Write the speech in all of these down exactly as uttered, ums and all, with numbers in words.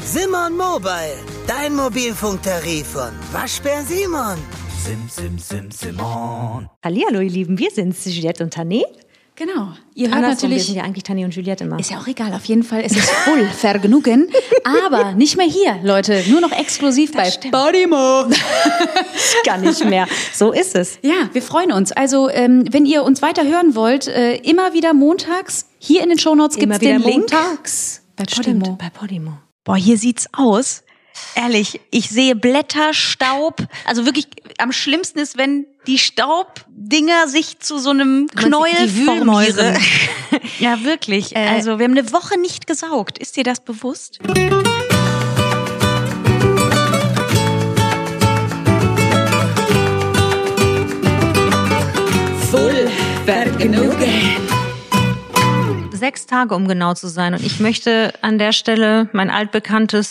Simon Mobile, dein Mobilfunktarif von Waschbär Simon. Sim, sim, sim, Simon. Hallihallo, ihr Lieben, wir sind's, Juliette und Tané. Genau. Ihr hört Andersrum, natürlich. wir sind ja eigentlich Tané und Juliette immer. Ist ja auch egal, auf jeden Fall ist es voll Vergnügen. Aber nicht mehr hier, Leute. Nur noch exklusiv Das bei stimmt. Podimo. Gar nicht mehr. So ist es. Ja, wir freuen uns. Also, ähm, wenn ihr uns weiter hören wollt, äh, immer wieder montags, hier in den Shownotes gibt es den Link. montags. Bei Stimmt, Podimo. bei Podimo. Boah, hier sieht's aus. Ehrlich, ich sehe Blätter, Staub. Also wirklich, am schlimmsten ist, wenn die Staubdinger sich zu so einem Knäuel die Wühlmäuse. formieren. Ja, wirklich. Äh, Also, wir haben eine Woche nicht gesaugt. Ist dir das bewusst? Voll Vergnügen. Sechs Tage, um genau zu sein. Und ich möchte an der Stelle mein altbekanntes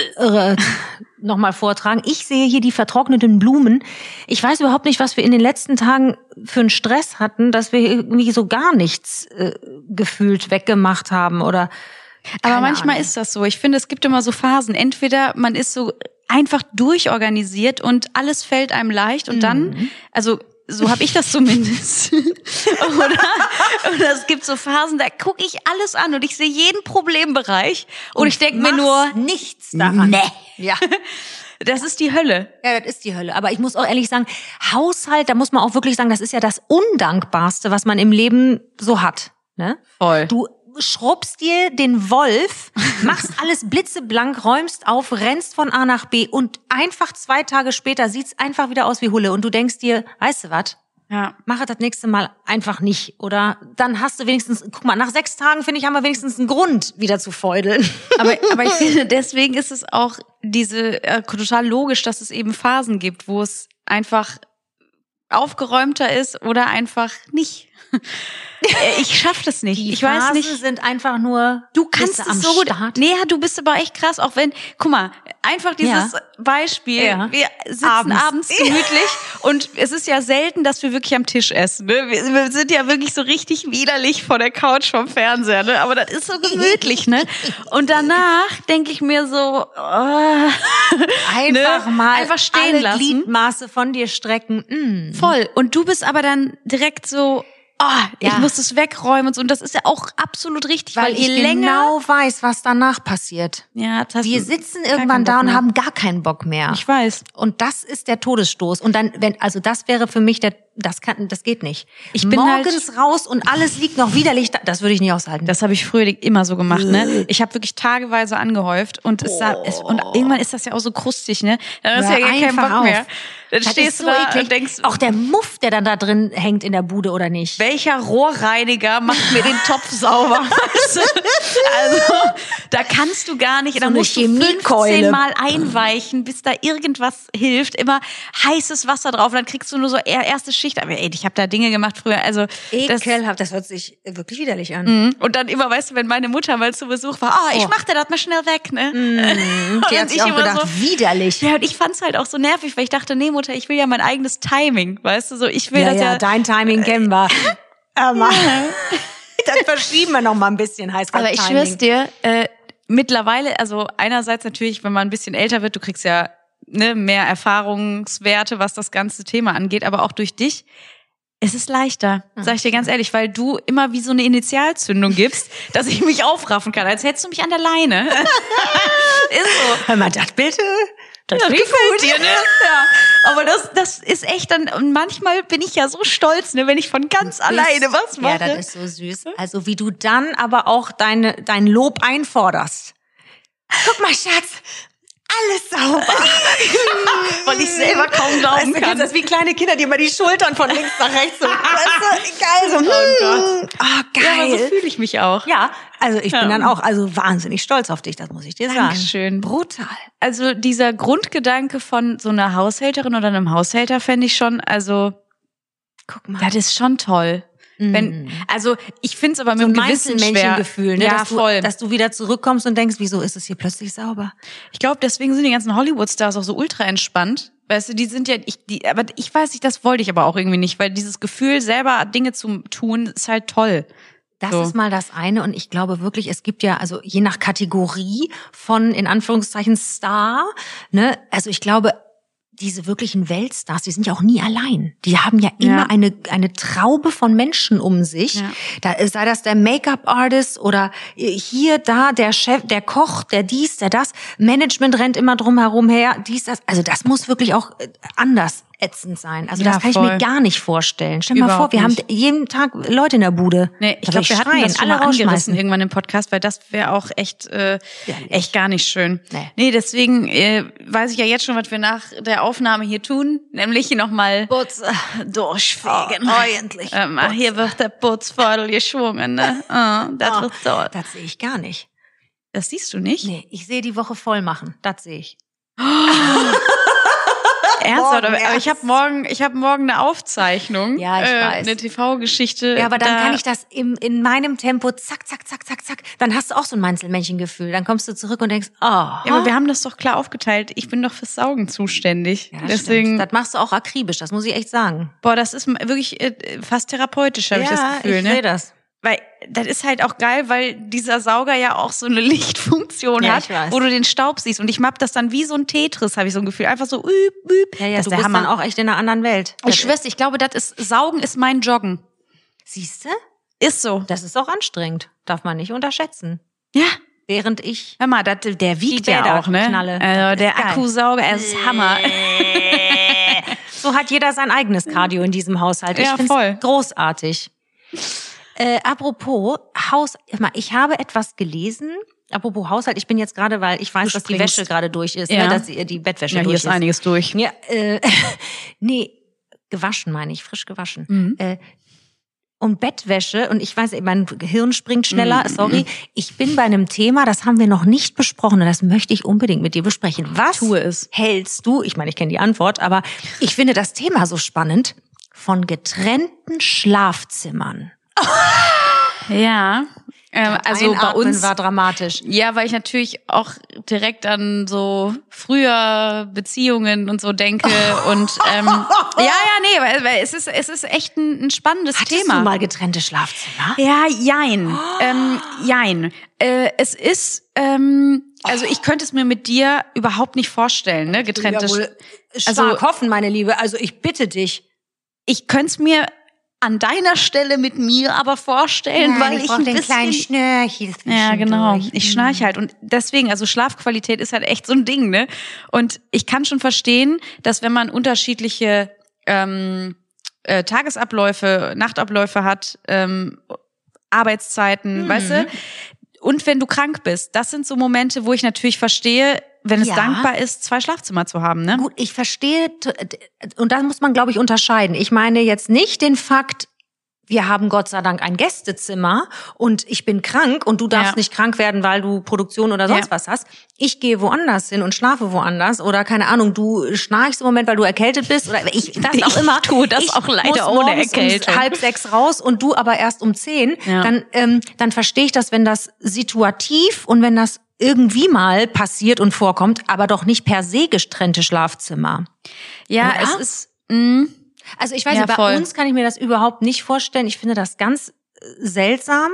nochmal vortragen. Ich sehe hier die vertrockneten Blumen. Ich weiß überhaupt nicht, was wir in den letzten Tagen für einen Stress hatten, dass wir irgendwie so gar nichts äh, gefühlt weggemacht haben oder. Aber manchmal Ahnung. ist das so. Ich finde, es gibt immer so Phasen. Entweder man ist so einfach durchorganisiert und alles fällt einem leicht und dann, also so habe ich das zumindest. oder, oder es gibt so Phasen, da gucke ich alles an und ich sehe jeden Problembereich und, und ich denke mir nur, nichts daran. nee. Ja. Das ist die Hölle. Ja, das ist die Hölle. Aber ich muss auch ehrlich sagen, Haushalt, da muss man auch wirklich sagen, das ist ja das Undankbarste, was man im Leben so hat. Ne? Voll. Du schrubbst dir den Wolf, machst alles blitzeblank, räumst auf, rennst von A nach B und einfach zwei Tage später sieht's einfach wieder aus wie Hulle und du denkst dir, weißt du was? Ja. Mach es das nächste Mal einfach nicht. Oder dann hast du wenigstens, guck mal, nach sechs Tagen, finde ich, haben wir wenigstens einen Grund, wieder zu feudeln. Aber, aber ich finde, deswegen ist es auch diese äh, total logisch, dass es eben Phasen gibt, wo es einfach aufgeräumter ist oder einfach nicht. Ich schaff das nicht. Die ich weiß Phasen nicht. sind einfach nur, Du kannst bist es am so gut. Start. Nee, du bist aber echt krass, auch wenn, guck mal, einfach dieses Ja. Beispiel, Ja. wir sitzen Abends. abends, gemütlich und es ist ja selten, dass wir wirklich am Tisch essen. Ne? Wir, wir sind ja wirklich so richtig widerlich vor der Couch vom Fernseher, ne? Aber das ist so gemütlich, ne? Und danach denke ich mir so, oh, Einfach ne? mal einfach stehen alle lassen. Gliedmaße von dir strecken. Mm. Voll. Und du bist aber dann direkt so, oh, ich Ja. muss das wegräumen und so. Und das ist ja auch absolut richtig, weil, Weil je ich länger, genau weiß, was danach passiert. ja, das hast Wir du sitzen gar irgendwann keinen da Bock und mehr. haben gar keinen Bock mehr. Ich weiß. Und das ist der Todesstoß. Und dann, wenn, also das wäre für mich der, das kann, das geht nicht. Ich bin morgens raus und alles liegt noch widerlich da. Das würde ich nicht aushalten. Das habe ich früher immer so gemacht, ne? Ich habe wirklich tageweise angehäuft und es, sah, es und irgendwann ist das ja auch so krustig, ne? Dann ist Hör ja gar kein einfach Bock mehr. auf. Dann Das stehst ist du so da eklig. und denkst, Auch der Muff, der dann da drin hängt in der Bude oder nicht. welcher Rohrreiniger macht mir den Topf sauber? Weißt du? Also, da kannst du gar nicht, da eine musst du Chemiekeule. fünfzehn Mal einweichen, bis da irgendwas hilft. Immer heißes Wasser drauf, dann kriegst du nur so er- erste Schicht. Aber ey, ich habe da Dinge gemacht früher, also das, Ekelhaft, das hört sich wirklich widerlich an. und dann immer, weißt du, wenn meine Mutter mal zu Besuch war, ah, ich Oh. mach dir das mal schnell weg, ne? Die Und hat sich ich auch immer gedacht, so- widerlich. Ja, und ich fand's halt auch so nervig, weil ich dachte, nee, Mutter, ich will ja mein eigenes Timing, weißt du, so, ich will Ja, das ja, ja. dein Timing kennen wir. Aber dann verschieben wir noch mal ein bisschen, heißt das Aber ich Timing. schwör's dir, äh, mittlerweile, also einerseits natürlich, wenn man ein bisschen älter wird, du kriegst ja ne, mehr Erfahrungswerte, was das ganze Thema angeht, aber auch durch dich, es ist leichter, sag ich dir ganz ehrlich, weil du immer wie so eine Initialzündung gibst, dass ich mich aufraffen kann, als hättest du mich an der Leine. Ist so. Hör mal, das bitte? Das Das klingt gefällt dir, ne? Ja. Aber das, das ist echt dann, und manchmal bin ich ja so stolz, ne, wenn ich von ganz alleine was mache. Ja, das ist so süß. Also wie du dann aber auch deine, dein Lob einforderst. Guck mal, Schatz, alles sauber. Weil ich selber kaum glauben Weißt du, kann. das ist wie kleine Kinder, die immer die Schultern von links nach rechts so. Weißt du, geil, so. Oh Gott. Ah, Ja, aber so geil. fühle ich mich auch. Ja, also ich bin Ja. dann auch also wahnsinnig stolz auf dich, das muss ich dir sagen. Dankeschön. Brutal. Also dieser Grundgedanke von so einer Haushälterin oder einem Haushälter fände ich schon, also Guck mal. das ist schon toll. Wenn, also ich finde es aber mit so ein einem gewissen schwer. Meißelmännchengefühl, ne? Ja, dass, du, voll. dass du wieder zurückkommst und denkst, wieso ist es hier plötzlich sauber? Ich glaube, deswegen sind die ganzen Hollywood-Stars auch so ultra entspannt. Weißt du, die sind ja, ich, die, aber ich weiß nicht, das wollte ich aber auch irgendwie nicht, weil dieses Gefühl, selber Dinge zu tun, ist halt toll. Das So. ist mal das eine und ich glaube wirklich, es gibt ja, also je nach Kategorie von, in Anführungszeichen, Star, ne, also ich glaube, diese wirklichen Weltstars, die sind ja auch nie allein. Die haben ja immer Ja. eine eine Traube von Menschen um sich. Ja. Da sei das der Make-up-Artist oder hier, da, der Chef, der Koch, der dies, der das. Management rennt immer drum herum her, dies, das. Also das muss wirklich auch äh, anders ätzend sein. Also Ja, das kann voll. ich mir gar nicht vorstellen. Stell dir mal vor, Überhaupt wir nicht. haben jeden Tag Leute in der Bude. Nee, ich Da glaube, will wir hatten schreien, das schon alle mal angerissen rausschmeißen. irgendwann im Podcast, weil das wäre auch echt äh, Ehrlich. echt gar nicht schön. Nee. Nee, deswegen äh, weiß ich ja jetzt schon, was wir nach der Aufnahme hier tun, nämlich nochmal Putz, durchfegen. Oh, endlich. Ähm, hier wird der Putzfadel geschwungen, ne? Oh, das Oh, wird toll. das sehe ich gar nicht. Das siehst du nicht? Nee, ich sehe die Woche voll machen. Das sehe ich. Ernsthaft, Morgen aber, aber ich erst. habe morgen, ich habe morgen eine Aufzeichnung, Ja, ich äh, weiß. eine T V-Geschichte. Ja, aber dann da, kann ich das im, in meinem Tempo zack, zack, zack, zack, zack. Dann hast du auch so ein Manzelmännchengefühl. Dann kommst du zurück und denkst, oh. Ja, aber wir haben das doch klar aufgeteilt. Ich bin doch fürs Saugen zuständig. Ja, das Deswegen, stimmt. Das machst du auch akribisch, das muss ich echt sagen. boah, das ist wirklich äh, fast therapeutisch, habe ich das Gefühl, ich ne? sehe das. Weil das ist halt auch geil, weil dieser Sauger ja auch so eine Lichtfunktion Ja, hat, ich weiß. wo du den Staub siehst. Und ich mapp das dann wie so ein Tetris, habe ich so ein Gefühl. Einfach so, üb, üb. Ja, ja, das du ist der bist Hammer. dann auch echt in einer anderen Welt. ich schwör's, dir, ich glaube, das ist, Saugen ist mein Joggen. Siehst du? Ist so. Das ist auch anstrengend. Darf man nicht unterschätzen. Ja. Während ich Hör mal, das, der wiegt Die ja Bäder auch, ne? knalle. Also Das der ist geil. Akkusauger, er ist Hammer. So hat jeder sein eigenes Cardio in diesem Haushalt. Ich Ja, find's voll. großartig. Äh, apropos Haus, hör mal, ich habe etwas gelesen. Apropos Haushalt, ich bin jetzt gerade, weil ich weiß, Du dass die springst. Wäsche gerade durch ist, Ja. ne, dass die, die Bettwäsche Ja, durch hier ist einiges durch. Ja, äh, nee, gewaschen meine ich, frisch gewaschen. Mhm. Äh, und Bettwäsche, und ich weiß, mein Gehirn springt schneller, Mhm. sorry. Ich bin bei einem Thema, das haben wir noch nicht besprochen und das möchte ich unbedingt mit dir besprechen. Was Tue es. hältst du, ich meine, ich kenne die Antwort, aber ich finde das Thema so spannend, von getrennten Schlafzimmern? Ja. Ähm, also bei Einatmen uns war dramatisch. Ja, weil ich natürlich auch direkt an so früher Beziehungen und so denke und ähm, ja, ja, nee, weil, weil es ist es ist echt ein, ein spannendes Hattest Thema. du mal getrennte Schlafzimmer? Ja, jein, ähm, jein. Äh, es ist ähm, also ich könnte es mir mit dir überhaupt nicht vorstellen, ne, getrennte. Ja, Sch- wohl also- stark hoffen, meine Liebe. Also ich bitte dich. Ich könnte es mir an deiner Stelle mit mir aber vorstellen, weil ich, brauch ein den bisschen kleinen Schnörchel Ja, genau. zwischendurch. Ich schnarche halt. Und deswegen, also Schlafqualität ist halt echt so ein Ding, ne? Und ich kann schon verstehen, dass wenn man unterschiedliche ähm, äh, Tagesabläufe, Nachtabläufe hat, ähm, Arbeitszeiten, Mhm. weißt du? Und wenn du krank bist, das sind so Momente, wo ich natürlich verstehe, wenn es Ja. dankbar ist, zwei Schlafzimmer zu haben, ne? Gut, ich verstehe, t- und da muss man, glaube ich, unterscheiden. Ich meine jetzt nicht den Fakt, wir haben Gott sei Dank ein Gästezimmer und ich bin krank und du darfst Ja. nicht krank werden, weil du Produktion oder sonst Ja. was hast. Ich gehe woanders hin und schlafe woanders oder keine Ahnung, du schnarchst im Moment, weil du erkältet bist oder ich, das Ich auch immer. tue das ich auch leider muss ohne morgens Erkältung. Um halb sechs raus und du aber erst um zehn. Ja. Dann, ähm, dann verstehe ich das, wenn das situativ und wenn das irgendwie mal passiert und vorkommt, aber doch nicht per se getrennte Schlafzimmer. Ja, Oder? es ist mh, Also ich weiß Ja, nicht, bei voll. uns kann ich mir das überhaupt nicht vorstellen. Ich finde das ganz äh, seltsam.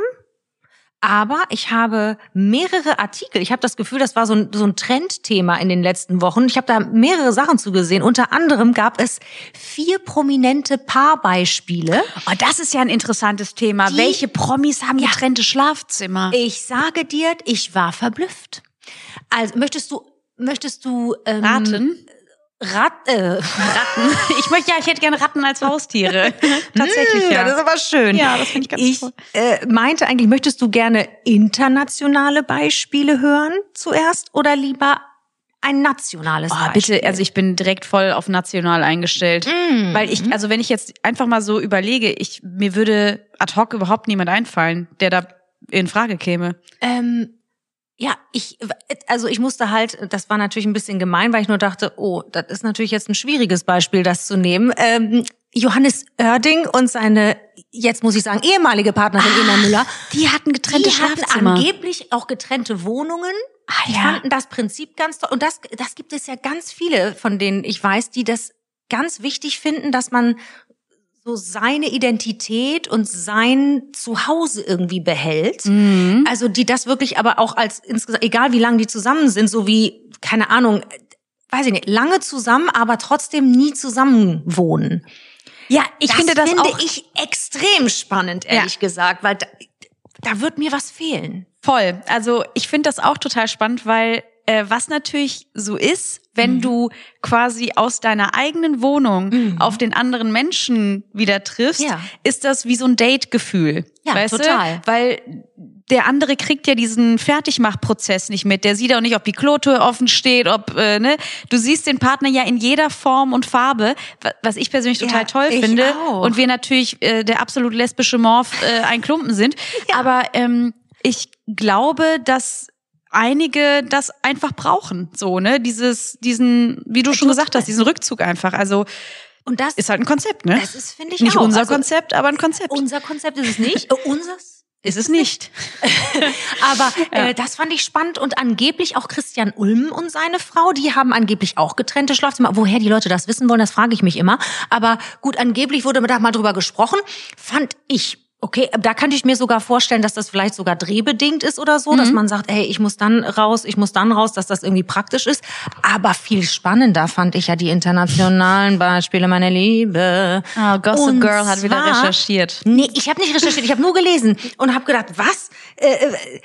Aber ich habe mehrere Artikel. Ich habe das Gefühl, das war so ein, so ein Trendthema in den letzten Wochen. Ich habe da mehrere Sachen zugesehen. Unter anderem gab es vier prominente Paarbeispiele. oh, das ist ja ein interessantes Thema. Die- Welche Promis haben Ja. getrennte Schlafzimmer? Ich sage dir, ich war verblüfft. Also möchtest du, möchtest du ähm, Raten? Rat, äh, Ratten. Ich möchte ja, ich hätte gerne Ratten als Haustiere. Tatsächlich, ja. Das ist aber schön. Ja, das finde ich ganz Ich toll. äh, meinte eigentlich, möchtest du gerne internationale Beispiele hören zuerst oder lieber ein nationales Oh, Beispiel? bitte, also ich bin direkt voll auf national eingestellt. Mm. Weil ich, also wenn ich jetzt einfach mal so überlege, ich, mir würde ad hoc überhaupt niemand einfallen, der da in Frage käme. Ähm, ja, ich, also ich musste halt, das war natürlich ein bisschen gemein, weil ich nur dachte, oh, das ist natürlich jetzt ein schwieriges Beispiel, das zu nehmen. Ähm, Johannes Oerding und seine, jetzt muss ich sagen, ehemalige Partnerin Ina Müller, Die hatten getrennte die hatten Schlafzimmer. angeblich auch getrennte Wohnungen. Ah, Die ja. fanden das Prinzip ganz toll. Und das, das gibt es ja ganz viele, von denen ich weiß, die das ganz wichtig finden, dass man so seine Identität und sein Zuhause irgendwie behält. Mhm. Also die das wirklich aber auch als insgesamt, egal wie lange die zusammen sind, so wie, keine Ahnung, weiß ich nicht, lange zusammen, aber trotzdem nie zusammen wohnen. Ja, ich das finde das finde auch ich extrem spannend, ehrlich Ja. gesagt, weil da, da wird mir was fehlen. voll. Also ich finde das auch total spannend, weil äh, was natürlich so ist, wenn Mhm. du quasi aus deiner eigenen Wohnung Mhm. auf den anderen Menschen wieder triffst, Ja. ist das wie so ein Date-Gefühl. Ja, weißt total. Du? Weil der andere kriegt ja diesen Fertigmachprozess nicht mit. Der sieht auch nicht, ob die Klotür offen steht, ob, äh, ne? Du siehst den Partner ja in jeder Form und Farbe, wa- was ich persönlich total Ja, toll ich finde. auch. Und wir natürlich äh, der absolut lesbische Morph äh, ein Klumpen sind. Ja. Aber ähm, ich glaube, dass einige das einfach brauchen, so, ne? Dieses, diesen, wie du schon Total. gesagt hast, diesen Rückzug einfach. Also Und das ist halt ein Konzept, ne? Das ist, finde ich, Nicht auch. unser Also, Konzept, aber ein Konzept. Unser Konzept ist es nicht. Äh, unseres? Ist es nicht. Aber Ja. äh, das fand ich spannend und angeblich auch Christian Ulm und seine Frau, die haben angeblich auch getrennte Schlafzimmer. Woher die Leute das wissen wollen, das frage ich mich immer. Aber gut, angeblich wurde da mal drüber gesprochen. Fand ich okay. Da könnte ich mir sogar vorstellen, dass das vielleicht sogar drehbedingt ist oder so, Mhm. dass man sagt, hey, ich muss dann raus, ich muss dann raus, dass das irgendwie praktisch ist. Aber viel spannender fand ich ja die internationalen Beispiele, meine Liebe. Ah, Gossip Und Girl hat wieder zwar- recherchiert. Nee, ich habe nicht recherchiert, ich habe nur gelesen und habe gedacht, was? Äh, äh,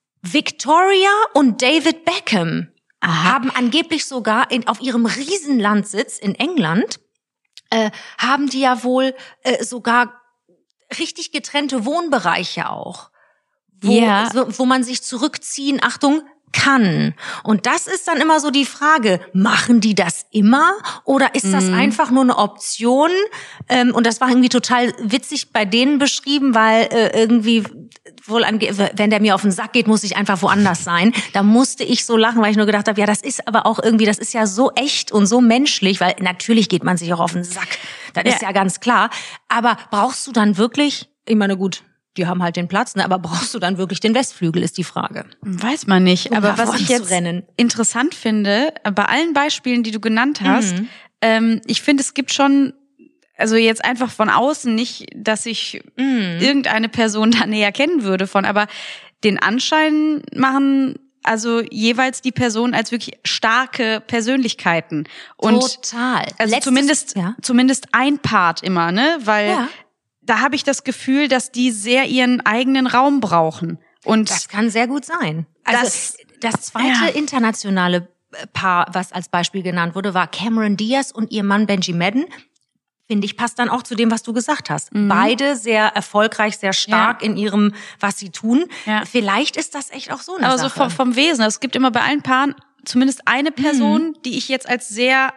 Victoria und David Beckham haben angeblich sogar in, auf ihrem Riesenlandsitz in England, äh, haben die ja wohl äh, sogar richtig getrennte Wohnbereiche auch, wo, Ja. so, wo man sich zurückziehen, Achtung, kann. Und das ist dann immer so die Frage, machen die das immer oder ist das einfach nur eine Option? Ähm, und das war irgendwie total witzig bei denen beschrieben, weil äh, irgendwie wohl, ange- wenn der mir auf den Sack geht, muss ich einfach woanders sein. Da musste ich so lachen, weil ich nur gedacht habe, ja, das ist aber auch irgendwie, das ist ja so echt und so menschlich, weil natürlich geht man sich auch auf den Sack. Das ist Ja. ja ganz klar. Aber brauchst du dann wirklich, ich meine, gut, die haben halt den Platz, ne? Aber brauchst du dann wirklich den Westflügel, ist die Frage. Weiß man nicht. Um Aber nach was vorn ich zu jetzt rennen. interessant finde, bei allen Beispielen, die du genannt hast, Mhm. ähm, ich finde, es gibt schon, also jetzt einfach von außen nicht, dass ich Mhm. irgendeine Person da näher kennen würde von, aber den Anschein machen also jeweils die Person als wirklich starke Persönlichkeiten. Und Total. also Letztes- zumindest ja. zumindest ein Part immer, ne? Weil Ja. da habe ich das Gefühl, dass die sehr ihren eigenen Raum brauchen. Und Das kann sehr gut sein. Also Das- das, zweite ja. internationale Paar, was als Beispiel genannt wurde, war Cameron Diaz und ihr Mann Benji Madden. Finde ich, passt dann auch zu dem, was du gesagt hast. Mhm. Beide sehr erfolgreich, sehr stark Ja. in ihrem, was sie tun. Ja. Vielleicht ist das echt auch so eine aber so Sache. vom, vom Wesen. Es gibt immer bei allen Paaren zumindest eine Person, Mhm. die ich jetzt als sehr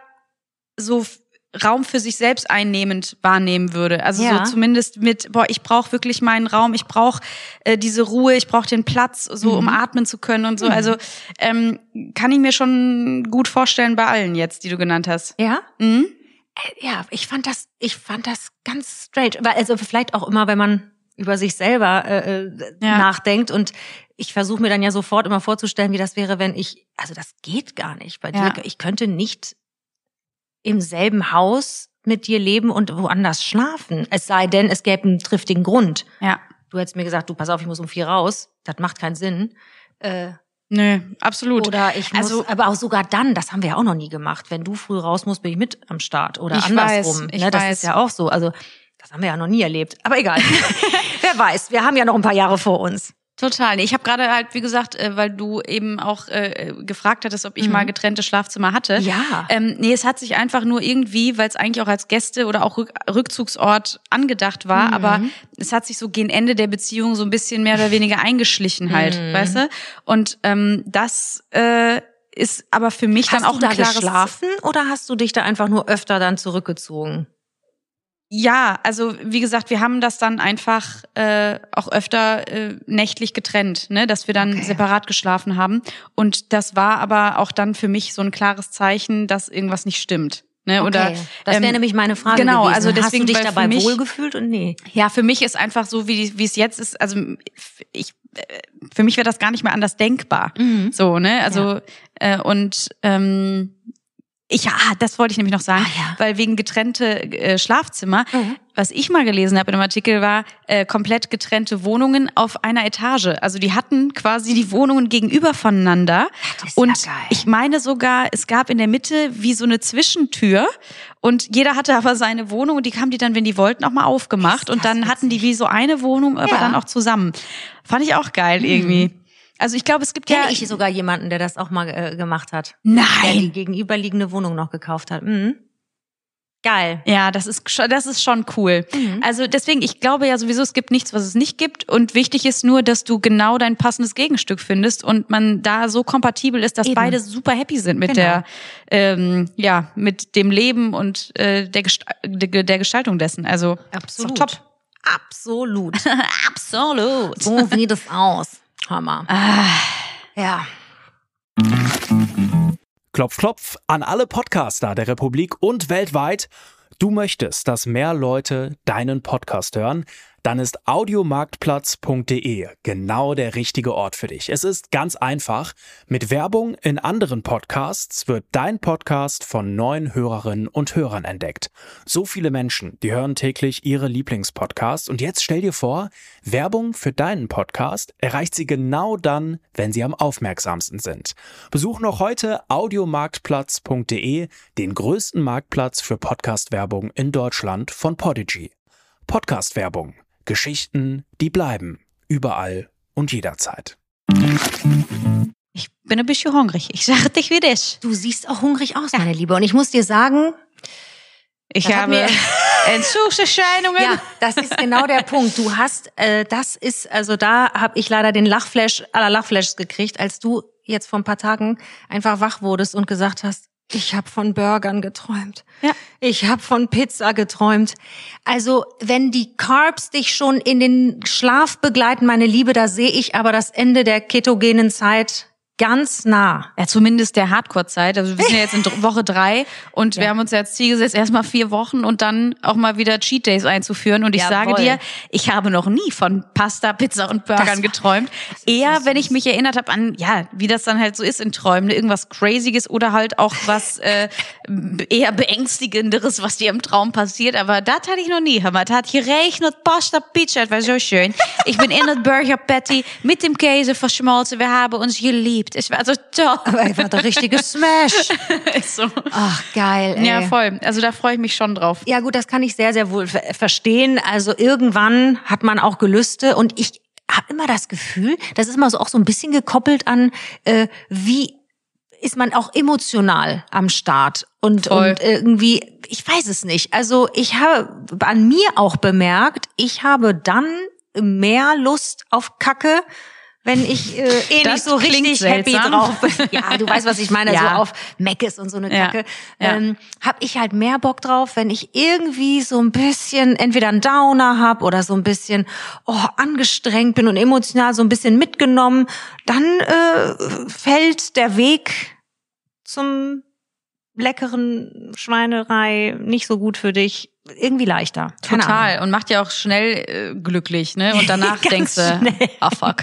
so f- Raum für sich selbst einnehmend wahrnehmen würde. Also Ja. so zumindest mit, boah, ich brauche wirklich meinen Raum, ich brauche äh, diese Ruhe, ich brauche den Platz, so um Mhm. atmen zu können und so. Mhm. Also ähm, kann ich mir schon gut vorstellen bei allen jetzt, die du genannt hast. Ja? Mhm. Ja, ich fand das, ich fand das ganz strange. Weil, also vielleicht auch immer, wenn man über sich selber äh, äh, Ja. nachdenkt und ich versuche mir dann ja sofort immer vorzustellen, wie das wäre, wenn ich, also das geht gar nicht bei Ja. dir. Ich könnte nicht im selben Haus mit dir leben und woanders schlafen. Es sei denn, es gäbe einen triftigen Grund. Ja. Du hättest mir gesagt, du pass auf, ich muss um vier raus. Das macht keinen Sinn. Äh, Nö, absolut. oder ich muss, Also- aber auch sogar dann, das haben wir ja auch noch nie gemacht. Wenn du früh raus musst, bin ich mit am Start oder Ich andersrum. weiß, ich ne, das weiß. ist ja auch so. Also das haben wir ja noch nie erlebt. Aber egal. Wer weiß, wir haben ja noch ein paar Jahre vor uns. Total. Nee, ich habe gerade halt, wie gesagt, äh, weil du eben auch äh, gefragt hattest, ob ich Mhm. mal getrennte Schlafzimmer hatte. Ja. Ähm, nee, es hat sich einfach nur irgendwie, weil es eigentlich auch als Gäste- oder auch Rück Rückzugsort angedacht war, Mhm. aber es hat sich so gegen Ende der Beziehung so ein bisschen mehr oder weniger eingeschlichen halt, Mhm. weißt du? Und ähm, das äh, ist aber für mich Hast dann auch du da ein klares geschlafen oder hast du dich da einfach nur öfter dann zurückgezogen? Ja, also wie gesagt, wir haben das dann einfach äh, auch öfter äh, nächtlich getrennt, ne, dass wir dann Okay. separat geschlafen haben. Und das war aber auch dann für mich so ein klares Zeichen, dass irgendwas nicht stimmt. Ne? Oder Okay. Das wäre ähm, nämlich meine Frage genau, gewesen. also deswegen, hast du dich weil für dabei mich- wohlgefühlt und nee? ja, für mich ist einfach so, wie wie es jetzt ist. Also ich, äh, für mich wäre das gar nicht mehr anders denkbar. Mhm. So, ne, also äh, und ähm, Ich, ja, das wollte ich nämlich noch sagen, Ah, ja. weil wegen getrennte äh, Schlafzimmer, Mhm. was ich mal gelesen habe in einem Artikel war, äh, komplett getrennte Wohnungen auf einer Etage. Also die hatten quasi die Wohnungen gegenüber voneinander. Das ist ja Und geil. ich meine sogar, es gab in der Mitte wie so eine Zwischentür und jeder hatte aber seine Wohnung und die haben die dann, wenn die wollten, auch mal aufgemacht. Ist Und das dann hatten die wie so eine Wohnung, aber Ja. dann auch zusammen. Fand ich auch geil irgendwie. Also ich glaube, es gibt Kenne ja... ich sogar jemanden, der das auch mal äh, gemacht hat. Der die Nein! gegenüberliegende Wohnung noch gekauft hat. Mhm. Geil. Ja, das ist schon, das ist schon cool. Mhm. Also deswegen, ich glaube ja sowieso, es gibt nichts, was es nicht gibt. Und wichtig ist nur, dass du genau dein passendes Gegenstück findest und man da so kompatibel ist, dass Eben. beide super happy sind mit Genau. der, ähm, ja, mit dem Leben und äh, der, Gest der, der Gestaltung dessen. Also Absolut. ist doch top. Absolut. Absolut. So sieht es aus. Hammer. Ah. Ja. Klopf, klopf an alle Podcaster der Republik und weltweit. Du möchtest, dass mehr Leute deinen Podcast hören? Dann ist audiomarktplatz punkt de genau der richtige Ort für dich. Es ist ganz einfach. Mit Werbung in anderen Podcasts wird dein Podcast von neuen Hörerinnen und Hörern entdeckt. So viele Menschen, die hören täglich ihre Lieblingspodcasts. Und jetzt stell dir vor, Werbung für deinen Podcast erreicht sie genau dann, wenn sie am aufmerksamsten sind. Besuch noch heute audiomarktplatz punkt de, den größten Marktplatz für Podcast-Werbung in Deutschland von Podigy. Podcast-Werbung. Geschichten, die bleiben. Überall und jederzeit. Ich bin ein bisschen hungrig. Ich sage dich, wie das ist. Du siehst auch hungrig aus, meine Liebe. Und ich muss dir sagen, Ich Das hat habe mir- Entzugserscheinungen. ja, das ist genau der Punkt. Du hast, äh, das ist, also da habe ich leider den Lachflash aller Lachflashs gekriegt, als du jetzt vor ein paar Tagen einfach wach wurdest und gesagt hast, ich habe von Burgern geträumt. Ja. Ich habe von Pizza geträumt. Also, wenn die Carbs dich schon in den Schlaf begleiten, meine Liebe, da sehe ich aber das Ende der ketogenen Zeit ganz nah. Ja, zumindest der Hardcore-Zeit. Also wir sind ja jetzt in Dr- Woche drei und Ja. wir haben uns ja als Ziel gesetzt, erstmal vier Wochen und dann auch mal wieder Cheat Days einzuführen. Und ich Jawohl. sage dir, ich habe noch nie von Pasta, Pizza und Burgern Das- geträumt. Eher, wenn ich mich erinnert habe an, ja, wie das dann halt so ist in Träumen, irgendwas Crazyes oder halt auch was äh, eher Beängstigenderes, was dir im Traum passiert. Aber das hatte ich noch nie. Hör mal, das hat geregnet, Pasta, Pizza, das war so schön. Ich bin in das Burger Patty mit dem Käse verschmolzen. Wir haben uns geliebt. Es war so toll. Aber einfach der richtige Smash. Ist so. Ach, geil, ey. Ja, voll. Also da freue ich mich schon drauf. Ja gut, das kann ich sehr, sehr wohl ver verstehen. Also irgendwann hat man auch Gelüste und ich habe immer das Gefühl, das ist immer so auch so ein bisschen gekoppelt an, äh, wie ist man auch emotional am Start und, Voll. und irgendwie, ich weiß es nicht. Also ich habe an mir auch bemerkt, ich habe dann mehr Lust auf Kacke, wenn ich äh, eh Das nicht so klingt richtig happy seltsam. drauf bin. Ja, du weißt, was ich meine, Ja. so auf Meckes und so eine Ja. Kacke. Ja. Ähm, hab ich halt mehr Bock drauf, wenn ich irgendwie so ein bisschen entweder einen Downer hab oder so ein bisschen oh, angestrengt bin und emotional so ein bisschen mitgenommen, dann äh, fällt der Weg zum leckeren Schweinerei nicht so gut für dich, irgendwie leichter. Keine Ahnung. Total. Und macht ja auch schnell äh, glücklich, ne? Und danach Ganz denkst du, schnell. ah fuck.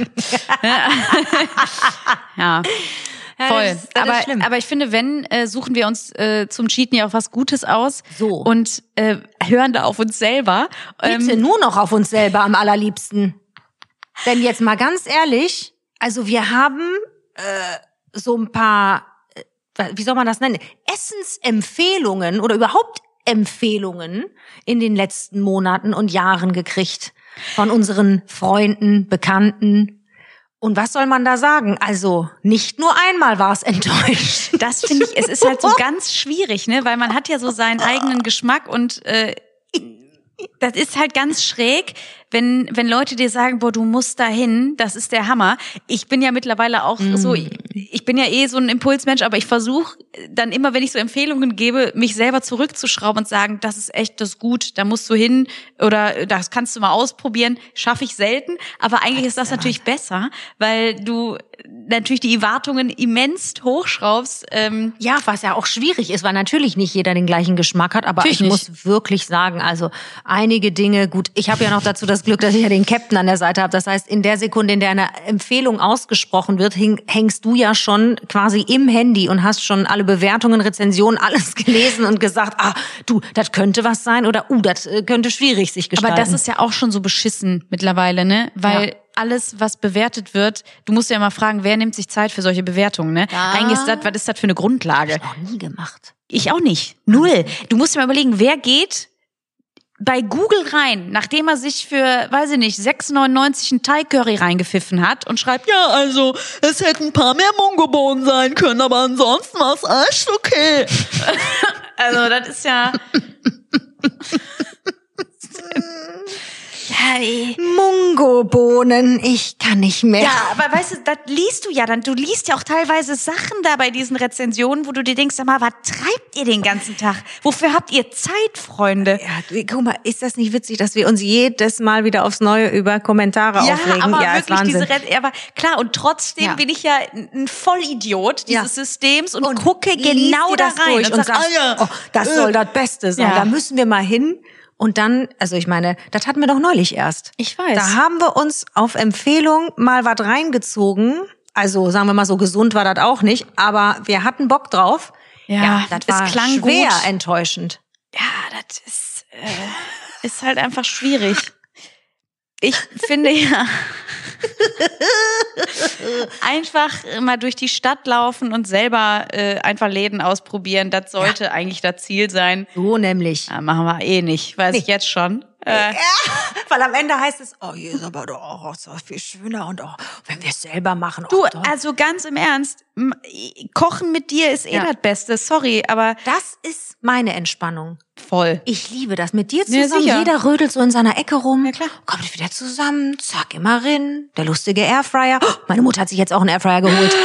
Ja. Ja, Voll. das ist- das ist aber, schlimm. aber ich finde, wenn, äh, suchen wir uns äh, zum Cheaten ja auch was Gutes aus. So. Und äh, hören da auf uns selber. Bitte Ähm, nur noch auf uns selber am allerliebsten. Denn jetzt mal ganz ehrlich, also wir haben äh, so ein paar, äh, wie soll man das nennen, Essensempfehlungen oder überhaupt Empfehlungen in den letzten Monaten und Jahren gekriegt von unseren Freunden, Bekannten. Und was soll man da sagen? Also nicht nur einmal war es enttäuscht. Das finde ich, es ist halt so ganz schwierig, ne? Weil man hat ja so seinen eigenen Geschmack und äh, das ist halt ganz schräg, wenn wenn Leute dir sagen, boah, du musst dahin, das ist der Hammer. Ich bin ja mittlerweile auch Mm. so, ich bin ja eh so ein Impulsmensch, aber ich versuche dann immer, wenn ich so Empfehlungen gebe, mich selber zurückzuschrauben und sagen, das ist echt das gut, da musst du hin oder das kannst du mal ausprobieren. Schaffe ich selten, aber eigentlich ist das natürlich besser, weil du natürlich die Erwartungen immens hochschraubst. Ähm, ja, was ja auch schwierig ist, weil natürlich nicht jeder den gleichen Geschmack hat, aber Natürlich ich muss wirklich sagen, also einige Dinge, gut, ich habe ja noch dazu das Glück, dass ich ja den Captain an der Seite habe. Das heißt, in der Sekunde, in der eine Empfehlung ausgesprochen wird, häng, hängst du ja schon quasi im Handy und hast schon alle Bewertungen, Rezensionen, alles gelesen und gesagt, ah, du, das könnte was sein oder uh, das könnte schwierig sich gestalten. Aber das ist ja auch schon so beschissen mittlerweile, ne? Weil ja. alles, was bewertet wird, du musst ja immer fragen, wer nimmt sich Zeit für solche Bewertungen, ne? Ja. Eigentlich ist das, was ist das für eine Grundlage? Hab ich noch nie gemacht. Ich auch nicht. Null. Du musst dir mal überlegen, wer geht bei Google rein, nachdem er sich für, weiß ich nicht, sechs neunundneunzig einen Thai Curry reingepfiffen hat und schreibt, ja, also, es hätten ein paar mehr Mungobohnen sein können, aber ansonsten war es echt okay. Also, das ist ja... Ja, die Mungobohnen, ich kann nicht mehr. Ja, aber weißt du, das liest du ja dann. Du liest ja auch teilweise Sachen da bei diesen Rezensionen, wo du dir denkst, sag mal, was treibt ihr den ganzen Tag? Wofür habt ihr Zeit, Freunde? Ja, guck mal, ist das nicht witzig, dass wir uns jedes Mal wieder aufs Neue über Kommentare ja, aufregen? Aber ja, wirklich ist diese Re- aber klar, und trotzdem ja. bin ich ja ein Vollidiot dieses ja. Systems und, und gucke genau da rein und, und sag, sagst, ah, ja, oh, das äh, soll das Beste sein. ja. Da müssen wir mal hin. Und dann, also ich meine, das hatten wir doch neulich erst. Ich weiß. Da haben wir uns auf Empfehlung mal was reingezogen. Also sagen wir mal, so gesund war das auch nicht, aber wir hatten Bock drauf. Ja, das es war klang schwer gut. enttäuschend. Ja, das ist, äh, ist halt einfach schwierig. Ich finde ja, einfach mal durch die Stadt laufen und selber äh, einfach Läden ausprobieren, das sollte ja. eigentlich das Ziel sein. So nämlich. Ja, machen wir eh nicht, weiß nee. ich jetzt schon. Äh, ja, weil am Ende heißt es, oh, hier ist aber doch auch so viel schöner und auch, wenn wir es selber machen. Du, oh, doch. also ganz im Ernst, m- Kochen mit dir ist eh ja. das Beste, sorry, aber... Das ist meine Entspannung. Voll. Ich liebe das. Mit dir zusammen, ja, jeder rödelt so in seiner Ecke rum. Ja, klar. Kommt wieder zusammen, zack, immer rein. Der lustige Airfryer. Oh, meine Mutter hat sich jetzt auch einen Airfryer geholt.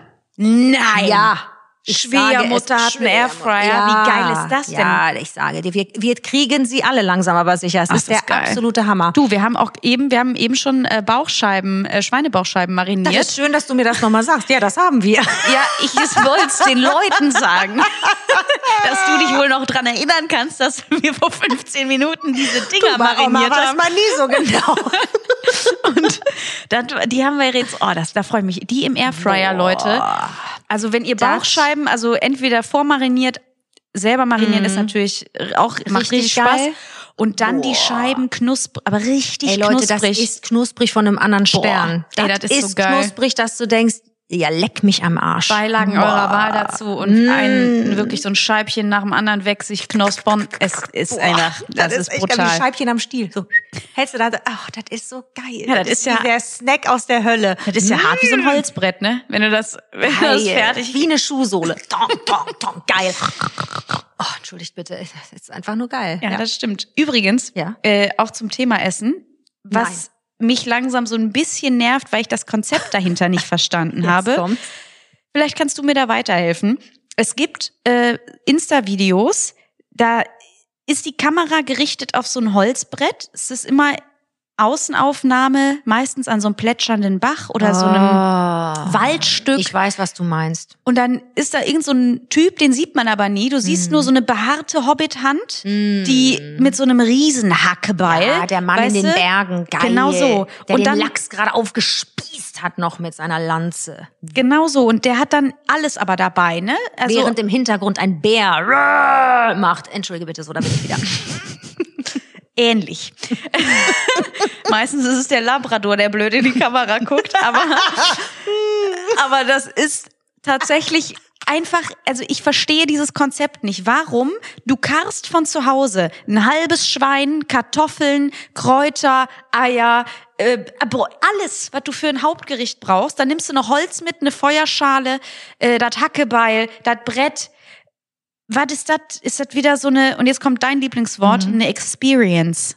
Nein. Ja. Ich Schwiegermutter hat einen Airfryer. Ja, wie geil ist das denn? Ja, ich sage dir, wir, wir kriegen sie alle langsam, aber sicher. Es Ach, ist der ist geil. absolute Hammer. Du, wir haben auch eben, wir haben eben schon äh, Bauchscheiben, äh, Schweinebauchscheiben mariniert. Das ist schön, dass du mir das nochmal sagst. Ja, das haben wir. Ja, ich wollte es den Leuten sagen, dass du dich wohl noch dran erinnern kannst, dass wir vor fünfzehn Minuten diese Dinger du, bei mariniert Oma haben. weiß man nie so genau. Und das, die haben wir jetzt, oh, das, da freue ich mich. Die im Airfryer, Boah. Leute. Also wenn ihr Das- Bauchscheiben, also entweder vormariniert, selber marinieren ist natürlich auch, macht richtig geil. Spaß. Und dann die Boah. Scheiben knusprig, aber richtig Ey Leute, knusprig. das ist knusprig von einem anderen Stern. Boah, ey, das ist so geil. knusprig, dass du denkst, ja, leck mich am Arsch. Beilagen Boah. eurer Wahl dazu und ein wirklich so ein Scheibchen nach dem anderen weg sich knospern. Es ist Boah, einfach, das, ist echt brutal. wie Scheibchen am Stiel. So, hältst du da, ach, das ist so geil. Ja, das ist ja- wie der Snack aus der Hölle. Das ist ja hart wie so ein Holzbrett, ne? Wenn du das, wenn du das Geil. fertig... Wie eine Schuhsohle. Tom, tom, tom, geil. Oh, entschuldigt bitte, das ist einfach nur geil. Ja, das stimmt. Übrigens, Ja. äh, auch zum Thema Essen, was Nein. mich langsam so ein bisschen nervt, weil ich das Konzept dahinter nicht verstanden habe. kommt's. Vielleicht kannst du mir da weiterhelfen. Es gibt äh, Insta-Videos, da ist die Kamera gerichtet auf so ein Holzbrett. Es ist immer Außenaufnahme, meistens an so einem plätschernden Bach oder so einem Ah. Waldstück. Ich weiß, was du meinst. Und dann ist da irgend so ein Typ, den sieht man aber nie. Du siehst Mm. nur so eine behaarte Hobbit-Hand, die mit so einem riesen Hackebeil. Ja, der Mann in weißt den du? Bergen, geil. Genau so. Der Und den dann- Lachs gerade aufgespießt hat noch mit seiner Lanze. Genau so. Und der hat dann alles aber dabei, ne? Also Während im Hintergrund ein Bär rrrr macht. Entschuldige bitte, so, da bin ich wieder. ähnlich. Meistens ist es der Labrador, der blöd in die Kamera guckt, aber, aber das ist tatsächlich einfach, also ich verstehe dieses Konzept nicht. Warum? Du karst von zu Hause ein halbes Schwein, Kartoffeln, Kräuter, Eier, äh, alles, was du für ein Hauptgericht brauchst. Dann nimmst du noch Holz mit, eine Feuerschale, äh, das Hackebeil, das Brett. Was ist das? Ist das wieder so eine, und jetzt kommt dein Lieblingswort, Mhm. eine Experience.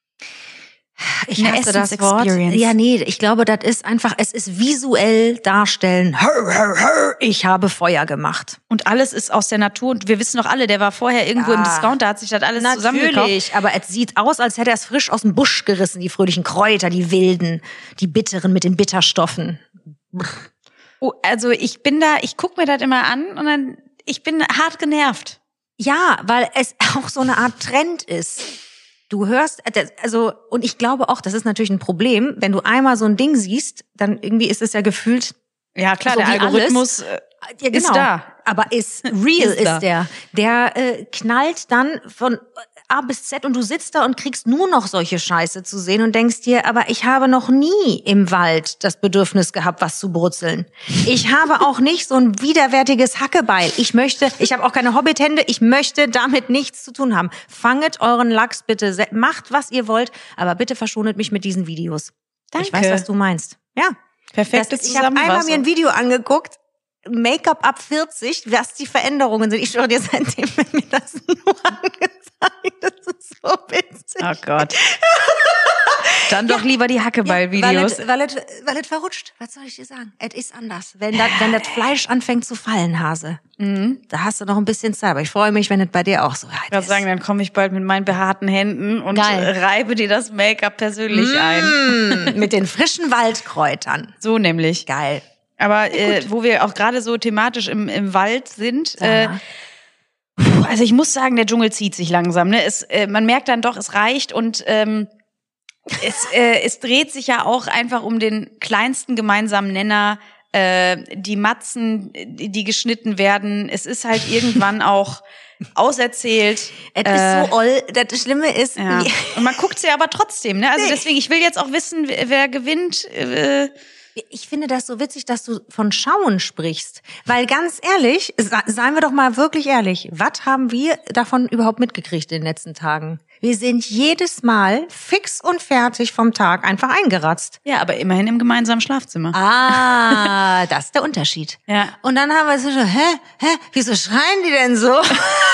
Ich Eine hasse das Wort. Essensexperience. Ja, nee, ich glaube, das ist einfach, es ist visuell darstellen. Hör, hör, hör, ich habe Feuer gemacht. Und alles ist aus der Natur. Und wir wissen doch alle, der war vorher irgendwo Ja. im Discounter, hat sich das alles zusammengekauft. Natürlich, aber es sieht aus, als hätte er es frisch aus dem Busch gerissen, die fröhlichen Kräuter, die wilden, die bitteren mit den Bitterstoffen. Oh, also ich bin da, ich guck mir das immer an und dann, ich bin hart genervt. Ja, weil es auch so eine Art Trend ist. Du hörst, also, und ich glaube auch, das ist natürlich ein Problem, wenn du einmal so ein Ding siehst, dann irgendwie ist es ja gefühlt. Ja, klar, so der Algorithmus alles. Ja, genau. ist da. Aber ist real, Ist ist, da. der. Der äh, knallt dann von A bis Z und du sitzt da und kriegst nur noch solche Scheiße zu sehen und denkst dir, aber ich habe noch nie im Wald das Bedürfnis gehabt, was zu brutzeln. Ich habe auch nicht so ein widerwärtiges Hackebeil. Ich möchte, ich habe auch keine Hobbithände, ich möchte damit nichts zu tun haben. Fanget euren Lachs bitte, se- macht was ihr wollt, aber bitte verschonet mich mit diesen Videos. Danke. Ich weiß, was du meinst. Ja. Perfekte Das, ich habe einmal mir ein Video angeguckt, Make-up ab vierzig, was die Veränderungen sind. Ich schwöre dir, seitdem wird mir das nur angezeigt. Das ist so witzig. Oh Gott. Dann doch lieber die Hackebeil-Videos. Ja, weil es weil es- weil es verrutscht. Was soll ich dir sagen? Es ist anders. Wenn das, wenn das Fleisch anfängt zu fallen, Hase, Mhm. da hast du noch ein bisschen Zeit. Aber ich freue mich, wenn es bei dir auch so weit Ich würde ist. sagen, dann komme ich bald mit meinen behaarten Händen und Geil. reibe dir das Make-up persönlich ein. Mm, mit den frischen Waldkräutern. So nämlich. Geil. Aber äh, wo wir auch gerade so thematisch im, im Wald sind, Sag äh, mal. puh, also ich muss sagen, der Dschungel zieht sich langsam. Ne? Es, äh, man merkt dann doch, es reicht und ähm, es, äh, es dreht sich ja auch einfach um den kleinsten gemeinsamen Nenner, äh, die Matzen, die, die geschnitten werden. Es ist halt irgendwann auch auserzählt. Es Äh, ist so oll. Das Schlimme ist, Ja. wie- Und man guckt sie aber trotzdem, ne? Also Nee. deswegen, ich will jetzt auch wissen, wer, wer gewinnt. Äh, ich finde das so witzig, dass du von Schauen sprichst. Weil ganz ehrlich, se- seien wir doch mal wirklich ehrlich, was haben wir davon überhaupt mitgekriegt in den letzten Tagen? Wir sind jedes Mal fix und fertig vom Tag einfach eingeratzt. ja, aber immerhin im gemeinsamen Schlafzimmer. Ah, das ist der Unterschied. Ja. Und dann haben wir so, hä, hä, wieso schreien die denn so?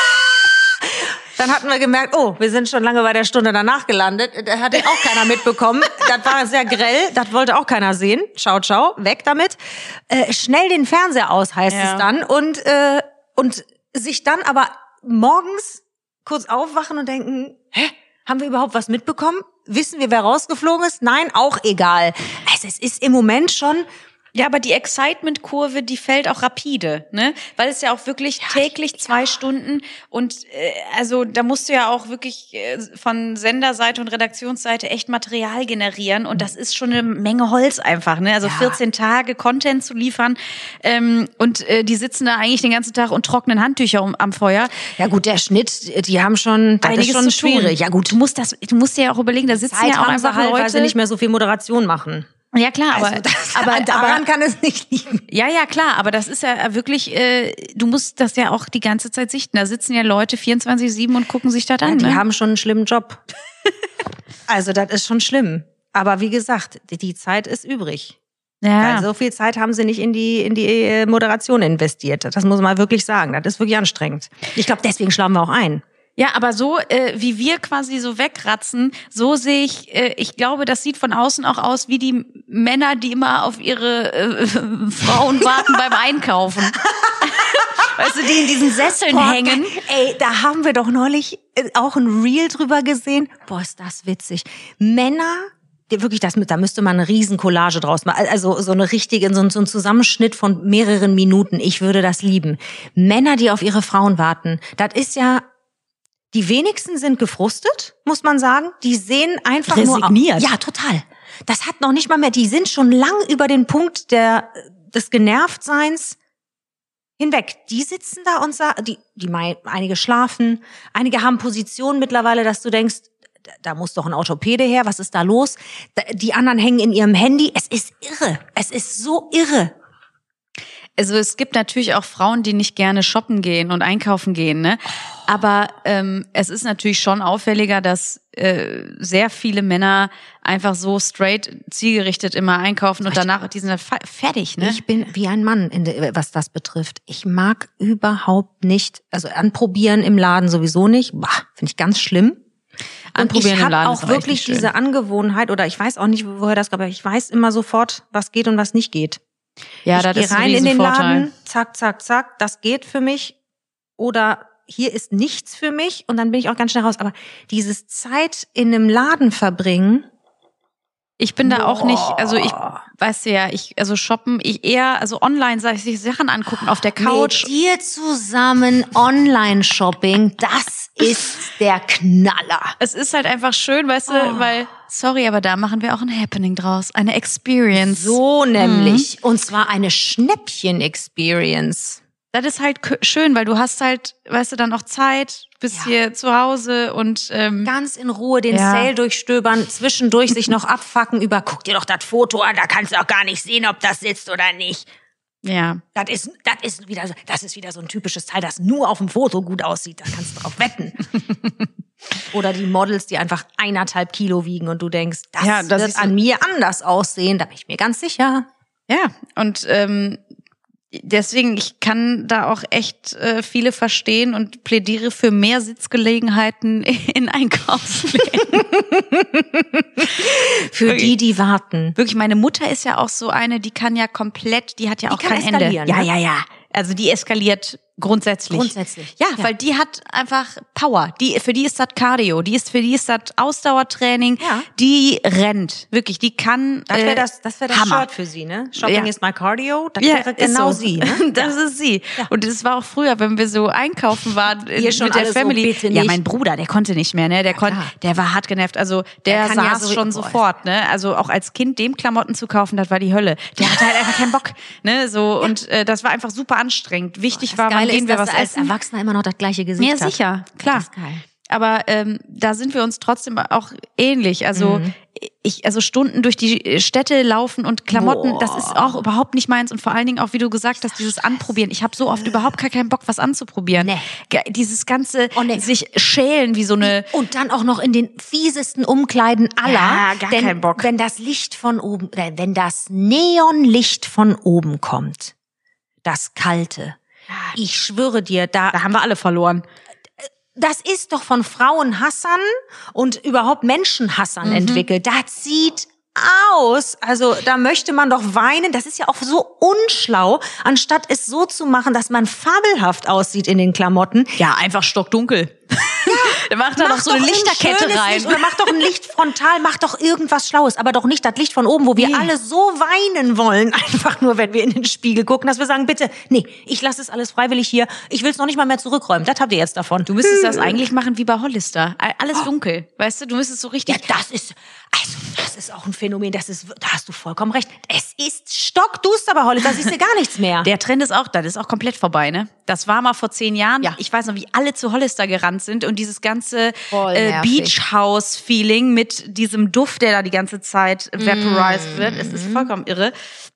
Dann hatten wir gemerkt, oh, wir sind schon lange bei der Stunde danach gelandet. Das hatte auch keiner mitbekommen. Das war sehr grell, das wollte auch keiner sehen. Ciao, ciao, weg damit. Äh, schnell den Fernseher aus, heißt Ja. es dann. Und, äh, und sich dann aber morgens kurz aufwachen und denken, hä, haben wir überhaupt was mitbekommen? Wissen wir, wer rausgeflogen ist? Nein, auch egal. Also es ist im Moment schon... Ja, aber die Excitement-Kurve, die fällt auch rapide, ne? Weil es ja auch wirklich täglich zwei Stunden und äh, also da musst du ja auch wirklich äh, von Senderseite und Redaktionsseite echt Material generieren und das ist schon eine Menge Holz einfach, ne? Also Ja. vierzehn Tage Content zu liefern ähm, und äh, die sitzen da eigentlich den ganzen Tag und trocknen Handtücher um, am Feuer. Ja gut, der Schnitt, die haben schon, das Einiges ist schon zu tun. schwierig. Ja gut, Du musst das, du musst dir ja auch überlegen, da sitzen Zeit ja auch haben sie einfach halt, Leute. weil sie nicht mehr so viel Moderation machen. Ja klar, aber Also das, aber daran aber, kann es nicht liegen. ja, ja, klar, aber das ist ja wirklich, äh, du musst das ja auch die ganze Zeit sichten. Da sitzen ja Leute vierundzwanzig sieben und gucken sich das Ja, an. die Ne? haben schon einen schlimmen Job. Also das ist schon schlimm. Aber wie gesagt, die, die Zeit ist übrig. ja. Weil so viel Zeit haben sie nicht in die in die äh, Moderation investiert. Das muss man wirklich sagen. Das ist wirklich anstrengend. Ich glaube, deswegen schlafen wir auch ein. ja, aber so, äh, wie wir quasi so wegratzen, so sehe ich, äh, ich glaube, das sieht von außen auch aus wie die Männer, die immer auf ihre äh, Frauen warten beim Einkaufen. Weißt du, die in diesen Sesseln Boah, hängen. Da, ey, da haben wir doch neulich äh, auch ein Reel drüber gesehen. Boah, ist das witzig. Männer, die, wirklich, das, da müsste man eine riesen Collage draus machen. Also so eine richtige, so, ein- so ein Zusammenschnitt von mehreren Minuten. Ich würde das lieben. Männer, die auf ihre Frauen warten. Das ist ja, die wenigsten sind gefrustet, muss man sagen. Die sehen einfach Resigniert. nur... Ja, total. Das hat noch nicht mal mehr, die sind schon lang über den Punkt der, des Genervtseins hinweg. Die sitzen da und sagen, die, die mei- einige schlafen, einige haben Positionen mittlerweile, dass du denkst, da, da muss doch ein Orthopäde her, was ist da los? Da, die anderen hängen in ihrem Handy. Es ist irre. Es ist so irre. Also es gibt natürlich auch Frauen, die nicht gerne shoppen gehen und einkaufen gehen, ne? Aber ähm, es ist natürlich schon auffälliger, dass äh, sehr viele Männer einfach so straight, zielgerichtet immer einkaufen und danach, die sind dann fe- fertig, ne? Ich bin wie ein Mann, in der, was das betrifft. Ich mag überhaupt nicht, also anprobieren im Laden sowieso nicht. Bah, finde ich ganz schlimm. Anprobieren und ich im Laden habe ist auch aber echt wirklich nicht schön. diese Angewohnheit, oder ich weiß auch nicht, woher das kommt, aber ich weiß immer sofort, was geht und was nicht geht. Ja, ich das gehe ist ein rein in den Riesenvorteil. Laden, zack, zack, zack, das geht für mich. Oder hier ist nichts für mich und dann bin ich auch ganz schnell raus. Aber dieses Zeit in einem Laden verbringen, Ich bin da auch nicht, also ich, weißt du ja, ich, also shoppen, ich eher, also online sag ich, sich Sachen angucken auf der Couch. Mit dir zusammen Online-Shopping, das ist der Knaller. Es ist halt einfach schön, weißt du, oh. weil, sorry, aber da machen wir auch ein Happening draus, eine Experience. So nämlich, mhm. und zwar eine Schnäppchen-Experience. Das ist halt schön, weil du hast halt, weißt du, dann auch Zeit, bist ja. hier zu Hause und ähm, ganz in Ruhe den ja. Sale durchstöbern, zwischendurch sich noch abfacken über, guck dir doch das Foto an, da kannst du auch gar nicht sehen, ob das sitzt oder nicht. Ja. Das ist, das ist wieder, das ist wieder so ein typisches Teil, das nur auf dem Foto gut aussieht, da kannst du drauf wetten. Oder die Models, die einfach eineinhalb Kilo wiegen und du denkst, das, ja, das wird an mir anders aussehen, da bin ich mir ganz sicher. Ja, und ähm, deswegen, ich kann da auch echt äh, viele verstehen und plädiere für mehr Sitzgelegenheiten in Einkaufsläden. Für die, die warten. Wirklich, meine Mutter ist ja auch so eine, die kann ja komplett, die hat ja die auch kann kein Ende. Ne? Ja, ja, ja. Also die eskaliert grundsätzlich. Grundsätzlich. Ja, ja, weil die hat einfach Power. Die, für die ist das Cardio. Die ist, für die ist das Ausdauertraining. Ja. Die rennt. Wirklich, die kann. Das wäre äh, das, das wäre das Hammer. Shirt für sie, ne? Shopping Ja. is my cardio. Das Ja, wäre genau so. sie, ne? Das ja. ist sie. Ja. Und das war auch früher, wenn wir so einkaufen waren Ihr schon mit der alle Family. So, bitte ja, nicht. mein Bruder, der konnte nicht mehr, ne? Der Ja, konnte, klar. der war hart genervt. Also der, Der kann ja saß so- schon boah. sofort, ne? Also auch als Kind dem Klamotten zu kaufen, das war die Hölle. Der hatte halt einfach keinen Bock, ne? So und äh, das war einfach super anstrengend. Wichtig Das war, wann Geile gehen ist, wir dass was du als essen. Erwachsener immer noch das gleiche Gesicht Ja, hast. sicher, klar. Das ist geil. Aber ähm, da sind wir uns trotzdem auch ähnlich. Also Mhm. ich, also Stunden durch die Städte laufen und Klamotten, Boah. das ist auch überhaupt nicht meins. Und vor allen Dingen auch, wie du gesagt hast, dieses Anprobieren. Ich habe so oft überhaupt gar keinen Bock, was anzuprobieren. Nee. Ge- Dieses ganze Oh, nee. sich schälen wie so eine. Und dann auch noch in den fiesesten Umkleiden aller. Ja, gar denn keinen Bock. Wenn das Licht von oben, äh, wenn das Neonlicht von oben kommt, das Kalte, ich schwöre dir, da, Da haben wir alle verloren. das ist doch von Frauenhassern und überhaupt Menschenhassern Mhm. entwickelt. Das sieht aus. Also da möchte man doch weinen. Das ist ja auch so unschlau, anstatt es so zu machen, dass man fabelhaft aussieht in den Klamotten. Ja, einfach stockdunkel. Der macht da noch so eine doch ein Lichterkette schönes rein. Licht oder mach doch ein Licht frontal, mach doch irgendwas Schlaues, aber doch nicht das Licht von oben, wo wir Nee. alle so weinen wollen, einfach nur, wenn wir in den Spiegel gucken, dass wir sagen, bitte, nee, ich lasse es alles freiwillig hier, ich will es noch nicht mal mehr zurückräumen, das habt ihr jetzt davon. Du müsstest das eigentlich machen wie bei Hollister. Alles dunkel, weißt du? Du müsstest so richtig. Ja, das ist, also, das ist auch ein Phänomen, das ist, da hast du vollkommen recht. Es ist stockduster bei Hollister, da siehst du gar nichts mehr. Der Trend ist auch, das ist auch komplett vorbei, ne? Das war mal vor zehn Jahren. Ja. Ich weiß noch, wie alle zu Hollister gerannt sind und dieses ganze Voll äh, nervig. Beach House Feeling mit diesem Duft, der da die ganze Zeit vaporized wird. Es ist vollkommen irre.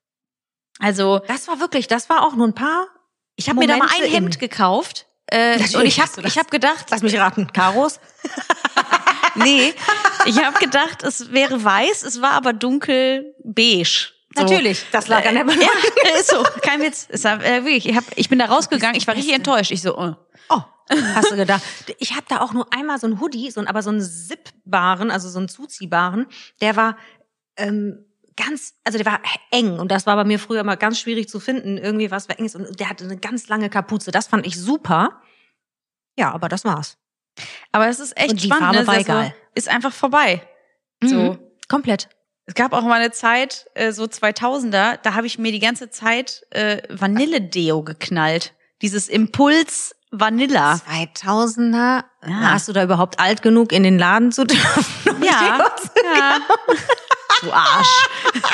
Also, Das war wirklich, das war auch nur ein paar. ich habe mir da mal Momente ein Hemd in- gekauft. Äh, Natürlich und ich hast du habe das. ich hab gedacht, Lass mich raten, Karos? nee, ich habe gedacht, es wäre weiß, es war aber dunkel beige. So. Natürlich, das lag an der Belohnung. Ja, ist so, kein Witz. Es war, äh, wirklich, ich, hab, ich bin da rausgegangen, ich war richtig enttäuscht. Ich so, oh. Oh, hast du gedacht. Ich habe da auch nur einmal so ein Hoodie, so ein, aber so einen zippbaren, also so einen zuziehbaren, der war ähm, ganz, also der war eng und das war bei mir früher immer ganz schwierig zu finden, irgendwie was war enges und der hatte eine ganz lange Kapuze. Das fand ich super. Ja, aber das war's. Aber es ist echt Und die spannend, Farbe ne? war Also, egal. ist einfach vorbei. So. Mhm. Komplett. Es gab auch mal eine Zeit, äh, so zweitausender, da habe ich mir die ganze Zeit äh, Vanille-Deo geknallt. Dieses Impuls Vanilla. zweitausender? Ja. Warst du da überhaupt alt genug, in den Laden zu dürfen? um Ja, Deo zu ja. Du Arsch.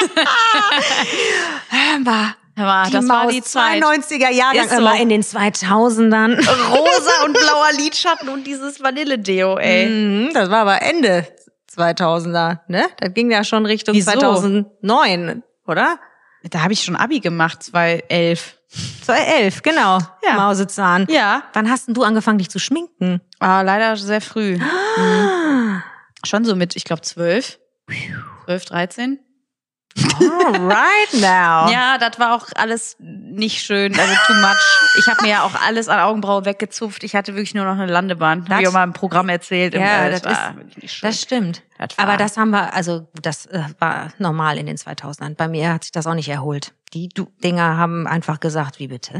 Hör mal. Hör mal, Die das Maus, war die Zeit. zweiundneunziger Jahrgang, Ist so. immer in den zweitausendern. Rosa und blauer Lidschatten und dieses Vanille-Deo, ey. Mhm, das war aber Ende zweitausender, ne? Das ging ja schon Richtung Wieso? zweitausendneun, oder? Da habe ich schon Abi gemacht, zweitausendelf. zweitausendelf, genau. Ja. Mausezahn. Ja. Wann hast denn du angefangen, dich zu schminken? Ah, leider sehr früh. Mhm. Schon so mit, ich glaube, zwölf. zwölf, dreizehn. Alright now. Ja, das war auch alles nicht schön, also too much. Ich habe mir ja auch alles an Augenbraue weggezupft. Ich hatte wirklich nur noch eine Landebahn. Habe Das- ich auch mal im Programm erzählt. Und, Ja, äh, das war ist- wirklich nicht schön. Das stimmt. Das war- Aber das haben wir, also das äh, war normal in den zweitausendern. Bei mir hat sich das auch nicht erholt. Die du Dinger haben einfach gesagt, wie bitte?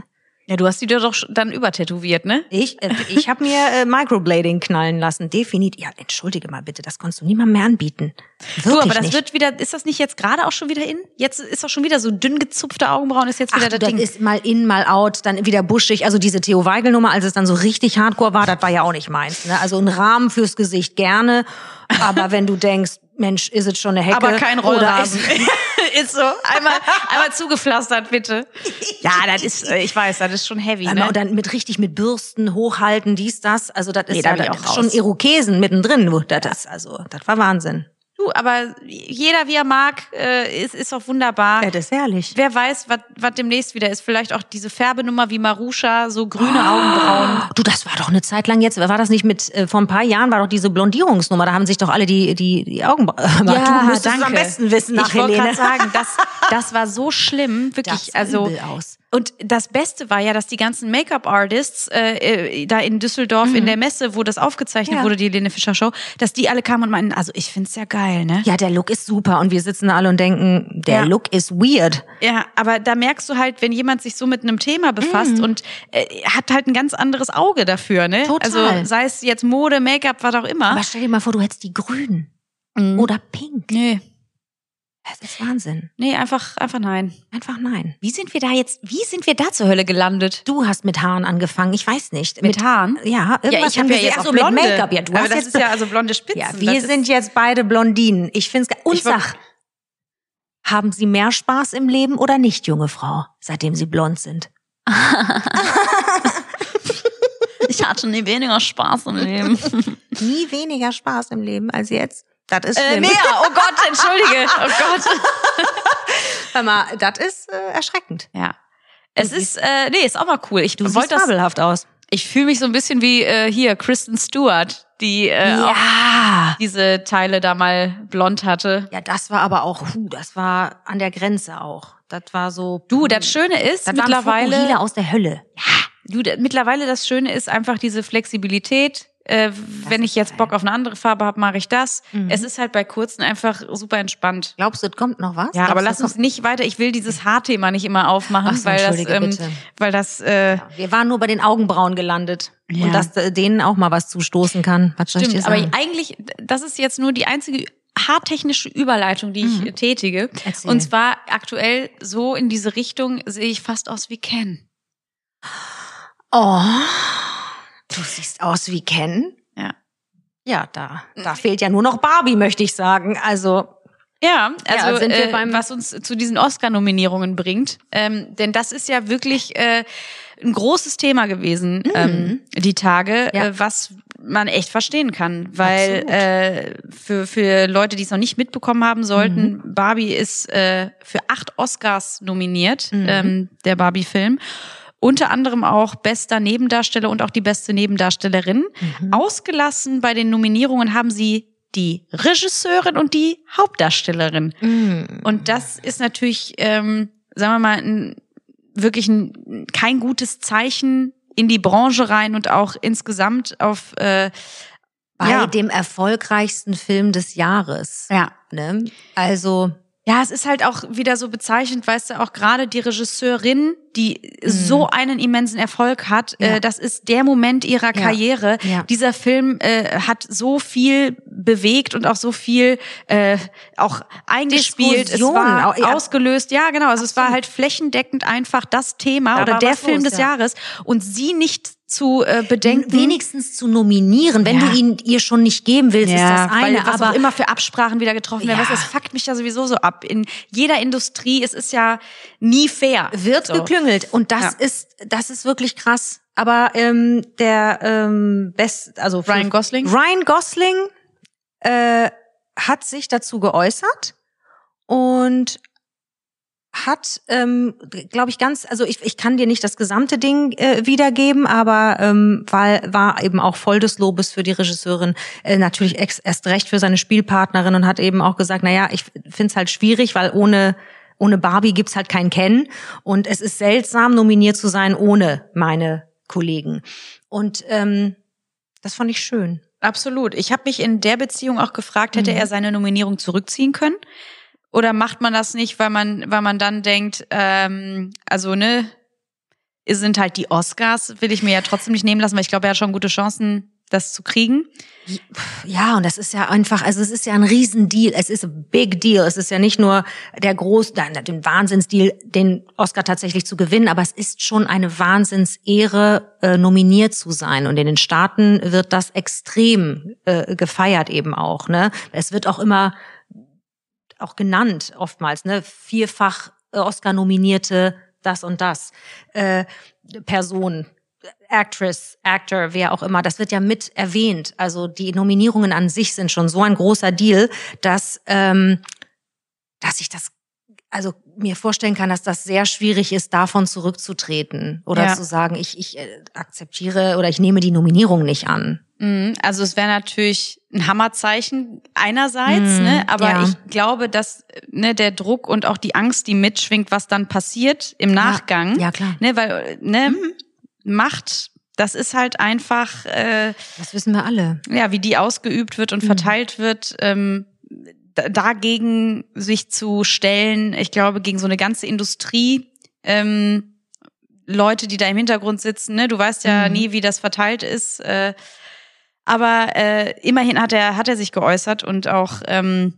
Ja, du hast die dir doch dann übertätowiert, ne? Ich, äh, ich habe mir äh, Microblading knallen lassen, definitiv. Ja, entschuldige mal bitte, das konntest du niemandem mehr anbieten. Wirklich du, aber das nicht. wird wieder, ist das nicht jetzt gerade auch schon wieder in? Jetzt ist doch schon wieder so dünn gezupfte Augenbrauen, ist jetzt wieder Ach, das das Ding. ist mal in, mal out, dann wieder buschig. Also diese Theo Weigel-Nummer, als es dann so richtig hardcore war, das war ja auch nicht meins. Ne? Also ein Rahmen fürs Gesicht gerne, aber wenn du denkst, Mensch, ist es schon eine Hecke? Aber kein oder Rollrasen. ist Ist so. Einmal, einmal zugepflastert, bitte. Ja, das ist, ich weiß, das ist schon heavy, ne? Und dann mit richtig mit Bürsten hochhalten, dies, das. Also das ist Nee, da ja bin ich das auch ist schon raus. Irokesen mittendrin. Das ist, also, das war Wahnsinn. Du, aber jeder, wie er mag, äh, ist, ist auch wunderbar. Ja, das ist herrlich. Wer weiß, was demnächst wieder ist. Vielleicht auch diese Färbenummer wie Marusha, so grüne Augenbrauen. Du, das war doch eine Zeit lang jetzt, war das nicht mit, äh, vor ein paar Jahren war doch diese Blondierungsnummer, da haben sich doch alle die, die, die Augenbrauen, du müsstest es am besten wissen nach Ich wollte Helene. gerade sagen, das, das war so schlimm, wirklich. Das sah Also übel aus. Und das Beste war ja, dass die ganzen Make-up-Artists äh, äh, da in Düsseldorf in der Messe, wo das aufgezeichnet Ja. wurde, die Helene Fischer Show, dass die alle kamen und meinten, also ich find's ja geil, ne? Ja, der Look ist super und wir sitzen da alle und denken, der Ja. Look ist weird. Ja, aber da merkst du halt, wenn jemand sich so mit einem Thema befasst und äh, hat halt ein ganz anderes Auge dafür, ne? Total. Also sei es jetzt Mode, Make-up, was auch immer. Aber stell dir mal vor, du hättest die grün Mhm. oder pink. Nee, Das ist Wahnsinn. nee, einfach, einfach nein. Einfach nein. Wie sind wir da jetzt, wie sind wir da zur Hölle gelandet? Du hast mit Haaren angefangen, ich weiß nicht. Mit Haaren? Ja, irgendwas Ja, ich habe haben ja wir- jetzt ach auch so, mit blonde. Make-up. Ja, du aber hast das jetzt ist ja also blonde Spitzen. Ja, wir Das sind ist, jetzt beide Blondinen. Ich find's ge- und Ich wollt- sag, haben Sie mehr Spaß im Leben oder nicht, junge Frau, seitdem Sie blond sind? ich hatte nie weniger Spaß im Leben. Nie weniger Spaß im Leben als jetzt. Das ist äh, schlimm. mehr, oh Gott, entschuldige. Oh Gott. Hör mal, das ist äh, erschreckend. Ja. Es ist, äh, nee, ist auch mal cool. Ich Du wollte siehst das, fabelhaft aus. ich fühle mich so ein bisschen wie äh, hier Kristen Stewart, die äh, auch Ja. diese Teile da mal blond hatte. Ja, das war aber auch, huh, das war an der Grenze auch. Das war so. Du, das Schöne ist das mittlerweile, waren Fukuhila aus der Hölle. du, da, mittlerweile das Schöne ist einfach diese Flexibilität. Äh, wenn ich jetzt Bock auf eine andere Farbe habe, mache ich das. Mhm. Es ist halt bei kurzen einfach super entspannt. Glaubst du, es kommt noch was? Ja, Glaubst aber du, lass es uns nicht weiter. Ich will dieses Haarthema nicht immer aufmachen, Ach so, weil das, entschuldige ähm, bitte. weil das. Äh, kommt- Wir waren nur bei den Augenbrauen gelandet. Ja. Und dass äh, denen auch mal was zustoßen kann. Was soll ich dir Stimmt, aber sagen? eigentlich, das ist jetzt nur die einzige haartechnische Überleitung, die ich Mhm. äh, tätige. Erzähl. Und zwar aktuell so in diese Richtung sehe ich fast aus wie Ken. Oh, du siehst aus wie Ken. Ja. Ja, da, da fehlt ja nur noch Barbie, möchte ich sagen. Also, Ja, also Ja, sind wir äh, beim- was uns zu diesen Oscar-Nominierungen bringt. Ähm, denn das ist ja wirklich äh, ein großes Thema gewesen, ähm, die Tage, Ja. äh, was man echt verstehen kann. Weil Absolut. äh, für, für Leute, die es noch nicht mitbekommen haben sollten, Barbie ist äh, für acht Oscars nominiert, Mhm. ähm, der Barbie-Film. Unter anderem auch bester Nebendarsteller und auch die beste Nebendarstellerin. Mhm. Ausgelassen bei den Nominierungen haben sie die Regisseurin und die Hauptdarstellerin. mm, Und das ist natürlich, ähm, sagen wir mal, ein, wirklich ein, kein gutes Zeichen in die Branche rein und auch insgesamt auf äh, bei ja. dem erfolgreichsten Film des Jahres. ja. Ne? Also, Ja, es ist halt auch wieder so bezeichnend, weißt du, auch gerade die Regisseurin, die so einen immensen Erfolg hat, Ja. äh, das ist der Moment ihrer Karriere. Ja. Dieser Film äh, hat so viel bewegt und auch so viel äh, auch eingespielt. Es Diskussion, war auch- ja. ausgelöst. Ja, genau. Also es war halt flächendeckend einfach das Thema Da oder war der was Film los, des ja. Jahres und sie nicht zu äh, bedenken. wenigstens zu nominieren, wenn Ja. du ihn ihr schon nicht geben willst, ist das eine. weil was aber auch immer für Absprachen wieder getroffen werden. Ja. Weißt du, das fuckt mich ja sowieso so ab. In jeder Industrie, es ist ja nie fair. wird so. geklüngelt und das Ja. ist das ist wirklich krass. Aber ähm, der ähm, best also für- Ryan Gosling? Ryan Gosling äh, hat sich dazu geäußert und hat, ähm, glaube ich, ganz, also ich, ich kann dir nicht das gesamte Ding äh, wiedergeben, aber ähm, weil war eben auch voll des Lobes für die Regisseurin, äh, natürlich ex, erst recht für seine Spielpartnerin und hat eben auch gesagt, naja, ich find's halt schwierig, weil ohne ohne Barbie gibt's halt kein Ken und es ist seltsam, nominiert zu sein ohne meine Kollegen. Und ähm, das fand ich schön. Absolut. Ich habe mich in der Beziehung auch gefragt, hätte Mhm. er seine Nominierung zurückziehen können? Oder macht man das nicht, weil man, weil man dann denkt, ähm, also ne, sind halt die Oscars, will ich mir ja trotzdem nicht nehmen lassen, weil ich glaube, er hat schon gute Chancen, das zu kriegen. Ja, und das ist ja einfach, also es ist ja ein Riesendeal, es ist ein Big Deal, es ist ja nicht nur der groß, den Wahnsinnsdeal, den Oscar tatsächlich zu gewinnen, aber es ist schon eine Wahnsinnsehre, äh, nominiert zu sein, und in den Staaten wird das extrem äh, gefeiert eben auch, ne? Es wird auch immer auch genannt oftmals, ne? Vierfach Oscar-nominierte das und das äh, Person, Actress, Actor, wer auch immer, das wird ja mit erwähnt. Also die Nominierungen an sich sind schon so ein großer Deal, dass ähm, dass ich das also mir vorstellen kann, dass das sehr schwierig ist, davon zurückzutreten oder ja. zu sagen, ich ich äh, akzeptiere oder ich nehme die Nominierung nicht an. Also es wäre natürlich ein Hammerzeichen einerseits, mm, ne, aber ja. ich glaube, dass ne der Druck und auch die Angst, die mitschwingt, was dann passiert im Nachgang, ja, ja klar, ne, weil ne mhm. Macht, das ist halt einfach, äh, das wissen wir alle, ja, wie die ausgeübt wird und mhm. verteilt wird. Ähm, dagegen sich zu stellen, ich glaube, gegen so eine ganze Industrie, ähm, Leute, die da im Hintergrund sitzen, ne, du weißt ja mhm. nie, wie das verteilt ist. Äh, Aber äh, immerhin hat er hat er sich geäußert und auch ähm,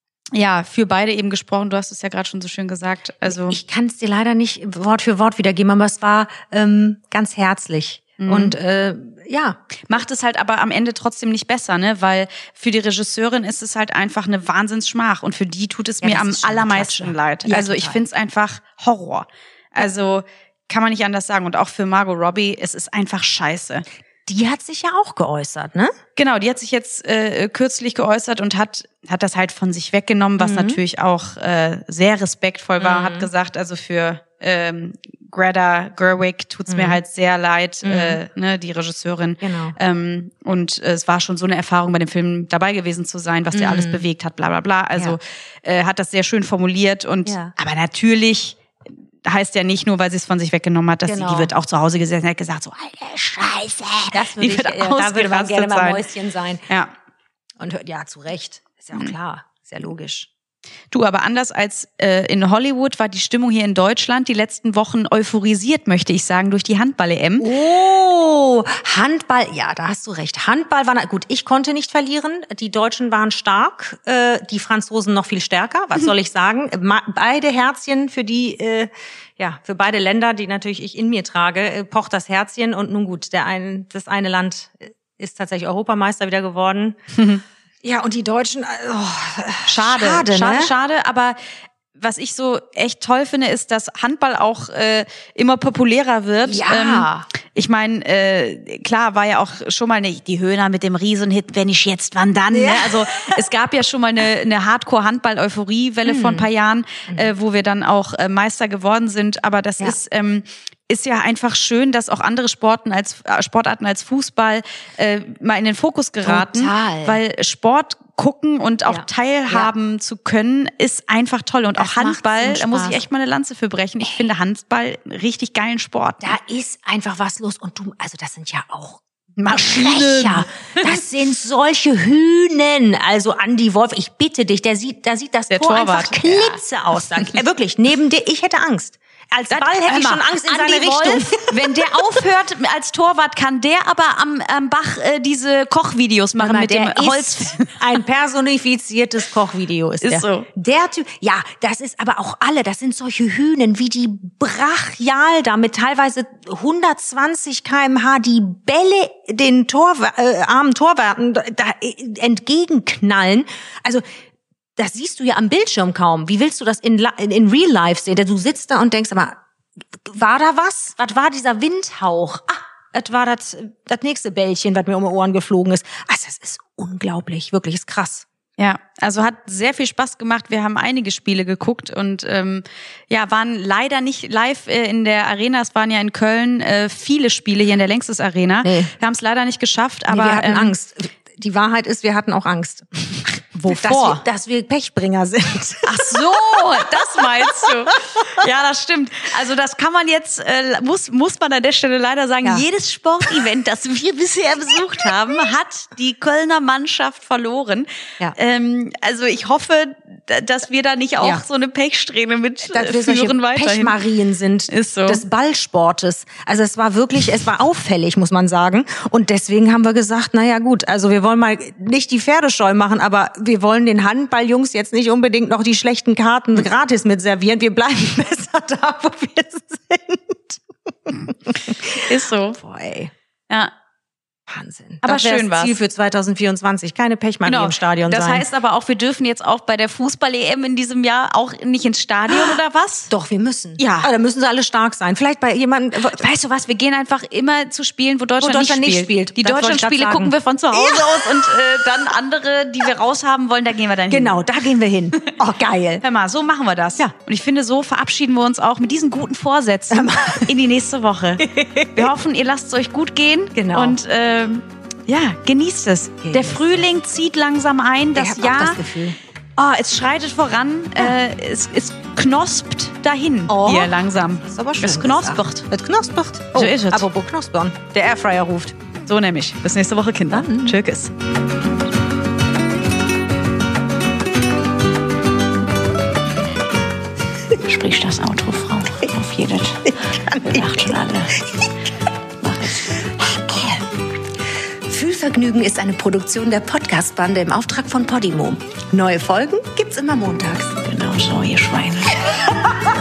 ja für beide eben gesprochen. Du hast es ja gerade schon so schön gesagt. Also ich kann es dir leider nicht Wort für Wort wiedergeben, aber es war ähm, ganz herzlich mhm. und äh, ja macht es halt aber am Ende trotzdem nicht besser, ne? Weil für die Regisseurin ist es halt einfach eine Wahnsinnsschmach und für die tut es ja, mir am allermeisten leid. Ja, also total. Ich finde es einfach Horror. Also kann man nicht anders sagen. Und auch für Margot Robbie, es ist einfach scheiße. Die hat sich ja auch geäußert, ne? Genau, die hat sich jetzt äh, kürzlich geäußert und hat hat das halt von sich weggenommen, was mhm. natürlich auch äh, sehr respektvoll war. Mhm. Hat gesagt, also für ähm, Greta Gerwig tut's mhm. mir halt sehr leid, mhm. äh, ne, die Regisseurin. Genau. Ähm, und äh, es war schon so eine Erfahrung, bei dem Film dabei gewesen zu sein, was mhm. der alles bewegt hat, bla bla bla. Also ja. äh, hat das sehr schön formuliert und ja. aber natürlich heißt ja nicht nur, weil sie es von sich weggenommen hat, dass genau. sie, die wird auch zu Hause gesessen und hat gesagt, so, alter Scheiße. Das würde ich, ja, da würde man gerne mal Mäuschen sein. Ja. Und ja, zu Recht. Ist ja auch klar. Ist ja logisch. Du, aber anders als äh, in Hollywood war die Stimmung hier in Deutschland die letzten Wochen euphorisiert, möchte ich sagen, durch die Handball-E M. Oh, Handball, ja, da hast du recht. Handball war, gut, ich konnte nicht verlieren. Die Deutschen waren stark, äh, die Franzosen noch viel stärker. Was soll ich sagen? Ma- beide Herzchen für die, äh, ja, für beide Länder, die natürlich ich in mir trage, äh, pocht das Herzchen. Und nun gut, der ein, das eine Land ist tatsächlich Europameister wieder geworden. Ja, und die Deutschen, oh, schade, schade, schade, ne? schade, aber was ich so echt toll finde, ist, dass Handball auch äh, immer populärer wird. Ja. Ähm, ich meine, äh, klar war ja auch schon mal nicht die Höhner mit dem Riesenhit, wenn ich jetzt, wann dann? Ja. Ne? Also es gab ja schon mal eine, eine Hardcore-Handball-Euphoriewelle mhm. vor ein paar Jahren, äh, wo wir dann auch äh, Meister geworden sind. Aber das ja. ist ähm, ist ja einfach schön, dass auch andere Sporten als äh, Sportarten als Fußball äh, mal in den Fokus geraten, Total. Weil Sport gucken und auch ja. teilhaben ja. zu können, ist einfach toll. Und das auch Handball, so da muss ich echt mal eine Lanze für brechen. Ich finde Handball einen richtig geilen Sport. Da ist einfach was los. Und du, also das sind ja auch Maschinen. Das sind solche Hühnen. Also Andi Wolf, ich bitte dich, der sieht, da sieht das der Tor Torwart. einfach klitze ja. aus. Da, äh, wirklich, neben dir, ich hätte Angst. Als Ball hätte ich schon Angst in Andi seine Wolf, Richtung. Wenn der aufhört als Torwart, kann der aber am, am Bach äh, diese Kochvideos machen Mal, mit der dem Holz. Ist ein personifiziertes Kochvideo ist, ist der. so. Der Typ, ja, das ist aber auch alle, das sind solche Hühnen, wie die brachial da mit teilweise hundertzwanzig Kilometer pro Stunde die Bälle den Torwa- äh, armen Torwärten da entgegenknallen. Also das siehst du ja am Bildschirm kaum. Wie willst du das in, in Real Life sehen? Du sitzt da und denkst, aber war da was? Was war dieser Windhauch? Ah, das war das, das nächste Bällchen, was mir um die Ohren geflogen ist. Also das ist unglaublich, wirklich, ist krass. Ja, also hat sehr viel Spaß gemacht. Wir haben einige Spiele geguckt und ähm, ja, waren leider nicht live äh, in der Arena. Es waren ja in Köln äh, viele Spiele hier in der Längstes Arena. Nee. Wir haben es leider nicht geschafft, aber nee, wir hatten ähm, Angst. Die Wahrheit ist, wir hatten auch Angst. Wovor? Dass wir, dass wir Pechbringer sind. Ach so, das meinst du. Ja, das stimmt. Also das kann man jetzt, äh, muss muss man an der Stelle leider sagen, ja. Jedes Sportevent, das wir bisher besucht haben, hat die Kölner Mannschaft verloren. Ja. Ähm, also ich hoffe, dass wir da nicht auch Ja. so eine Pechsträhne mit dass äh, wir solche führen weiterhin. Pechmarien sind Ist so. des Ballsportes. Also es war wirklich, es war auffällig, muss man sagen. Und deswegen haben wir gesagt, naja gut, also wir wollen mal nicht die Pferdescheu machen, aber wir wollen den Handballjungs jetzt nicht unbedingt noch die schlechten Karten gratis mit servieren. Wir bleiben besser da, wo wir sind. Ist so. Boah, ey. Ja. Wahnsinn. Aber das wär schön das war's. Ziel für zwanzig vierundzwanzig. Keine Pechmarie im Stadion Das sein. heißt aber auch, wir dürfen jetzt auch bei der Fußball-E M in diesem Jahr auch nicht ins Stadion oder was? Doch, wir müssen. Ja. Aber da müssen sie alle stark sein. Vielleicht bei jemandem. Weißt du was, wir gehen einfach immer zu Spielen, wo Deutschland, Wo Deutschland nicht nicht spielt. spielt. Die Das wollte ich Deutschlandspiele grad sagen. gucken wir von zu Hause aus und äh, dann andere, die wir raushaben wollen, da gehen wir dann hin. Genau, da gehen wir hin. Oh, geil. Hör mal, so machen wir das. Ja. Und ich finde, so verabschieden wir uns auch mit diesen guten Vorsätzen in die nächste Woche. Wir hoffen, ihr lasst es euch gut gehen. Genau. Und ähm, ja, genießt es. Genießt Der Frühling zieht langsam ein. Das Ich hab auch Jahr, das Gefühl. oh, es schreitet voran. Äh, es, es knospt dahin Oh. hier langsam. Das ist aber schön. Es knospert. Es knospert. Oh, So ist es. apropos Knospern. Der Airfryer ruft. So nämlich. Bis nächste Woche, Kinder. Dann. Tschüss. Sprich das Outro, Frau. Auf jeden. Wir lachen schon alle. Mach es. Fühlvergnügen ist eine Produktion der Podcast-Bande im Auftrag von Podimo. Neue Folgen gibt's immer montags. Genau so, ihr Schweine.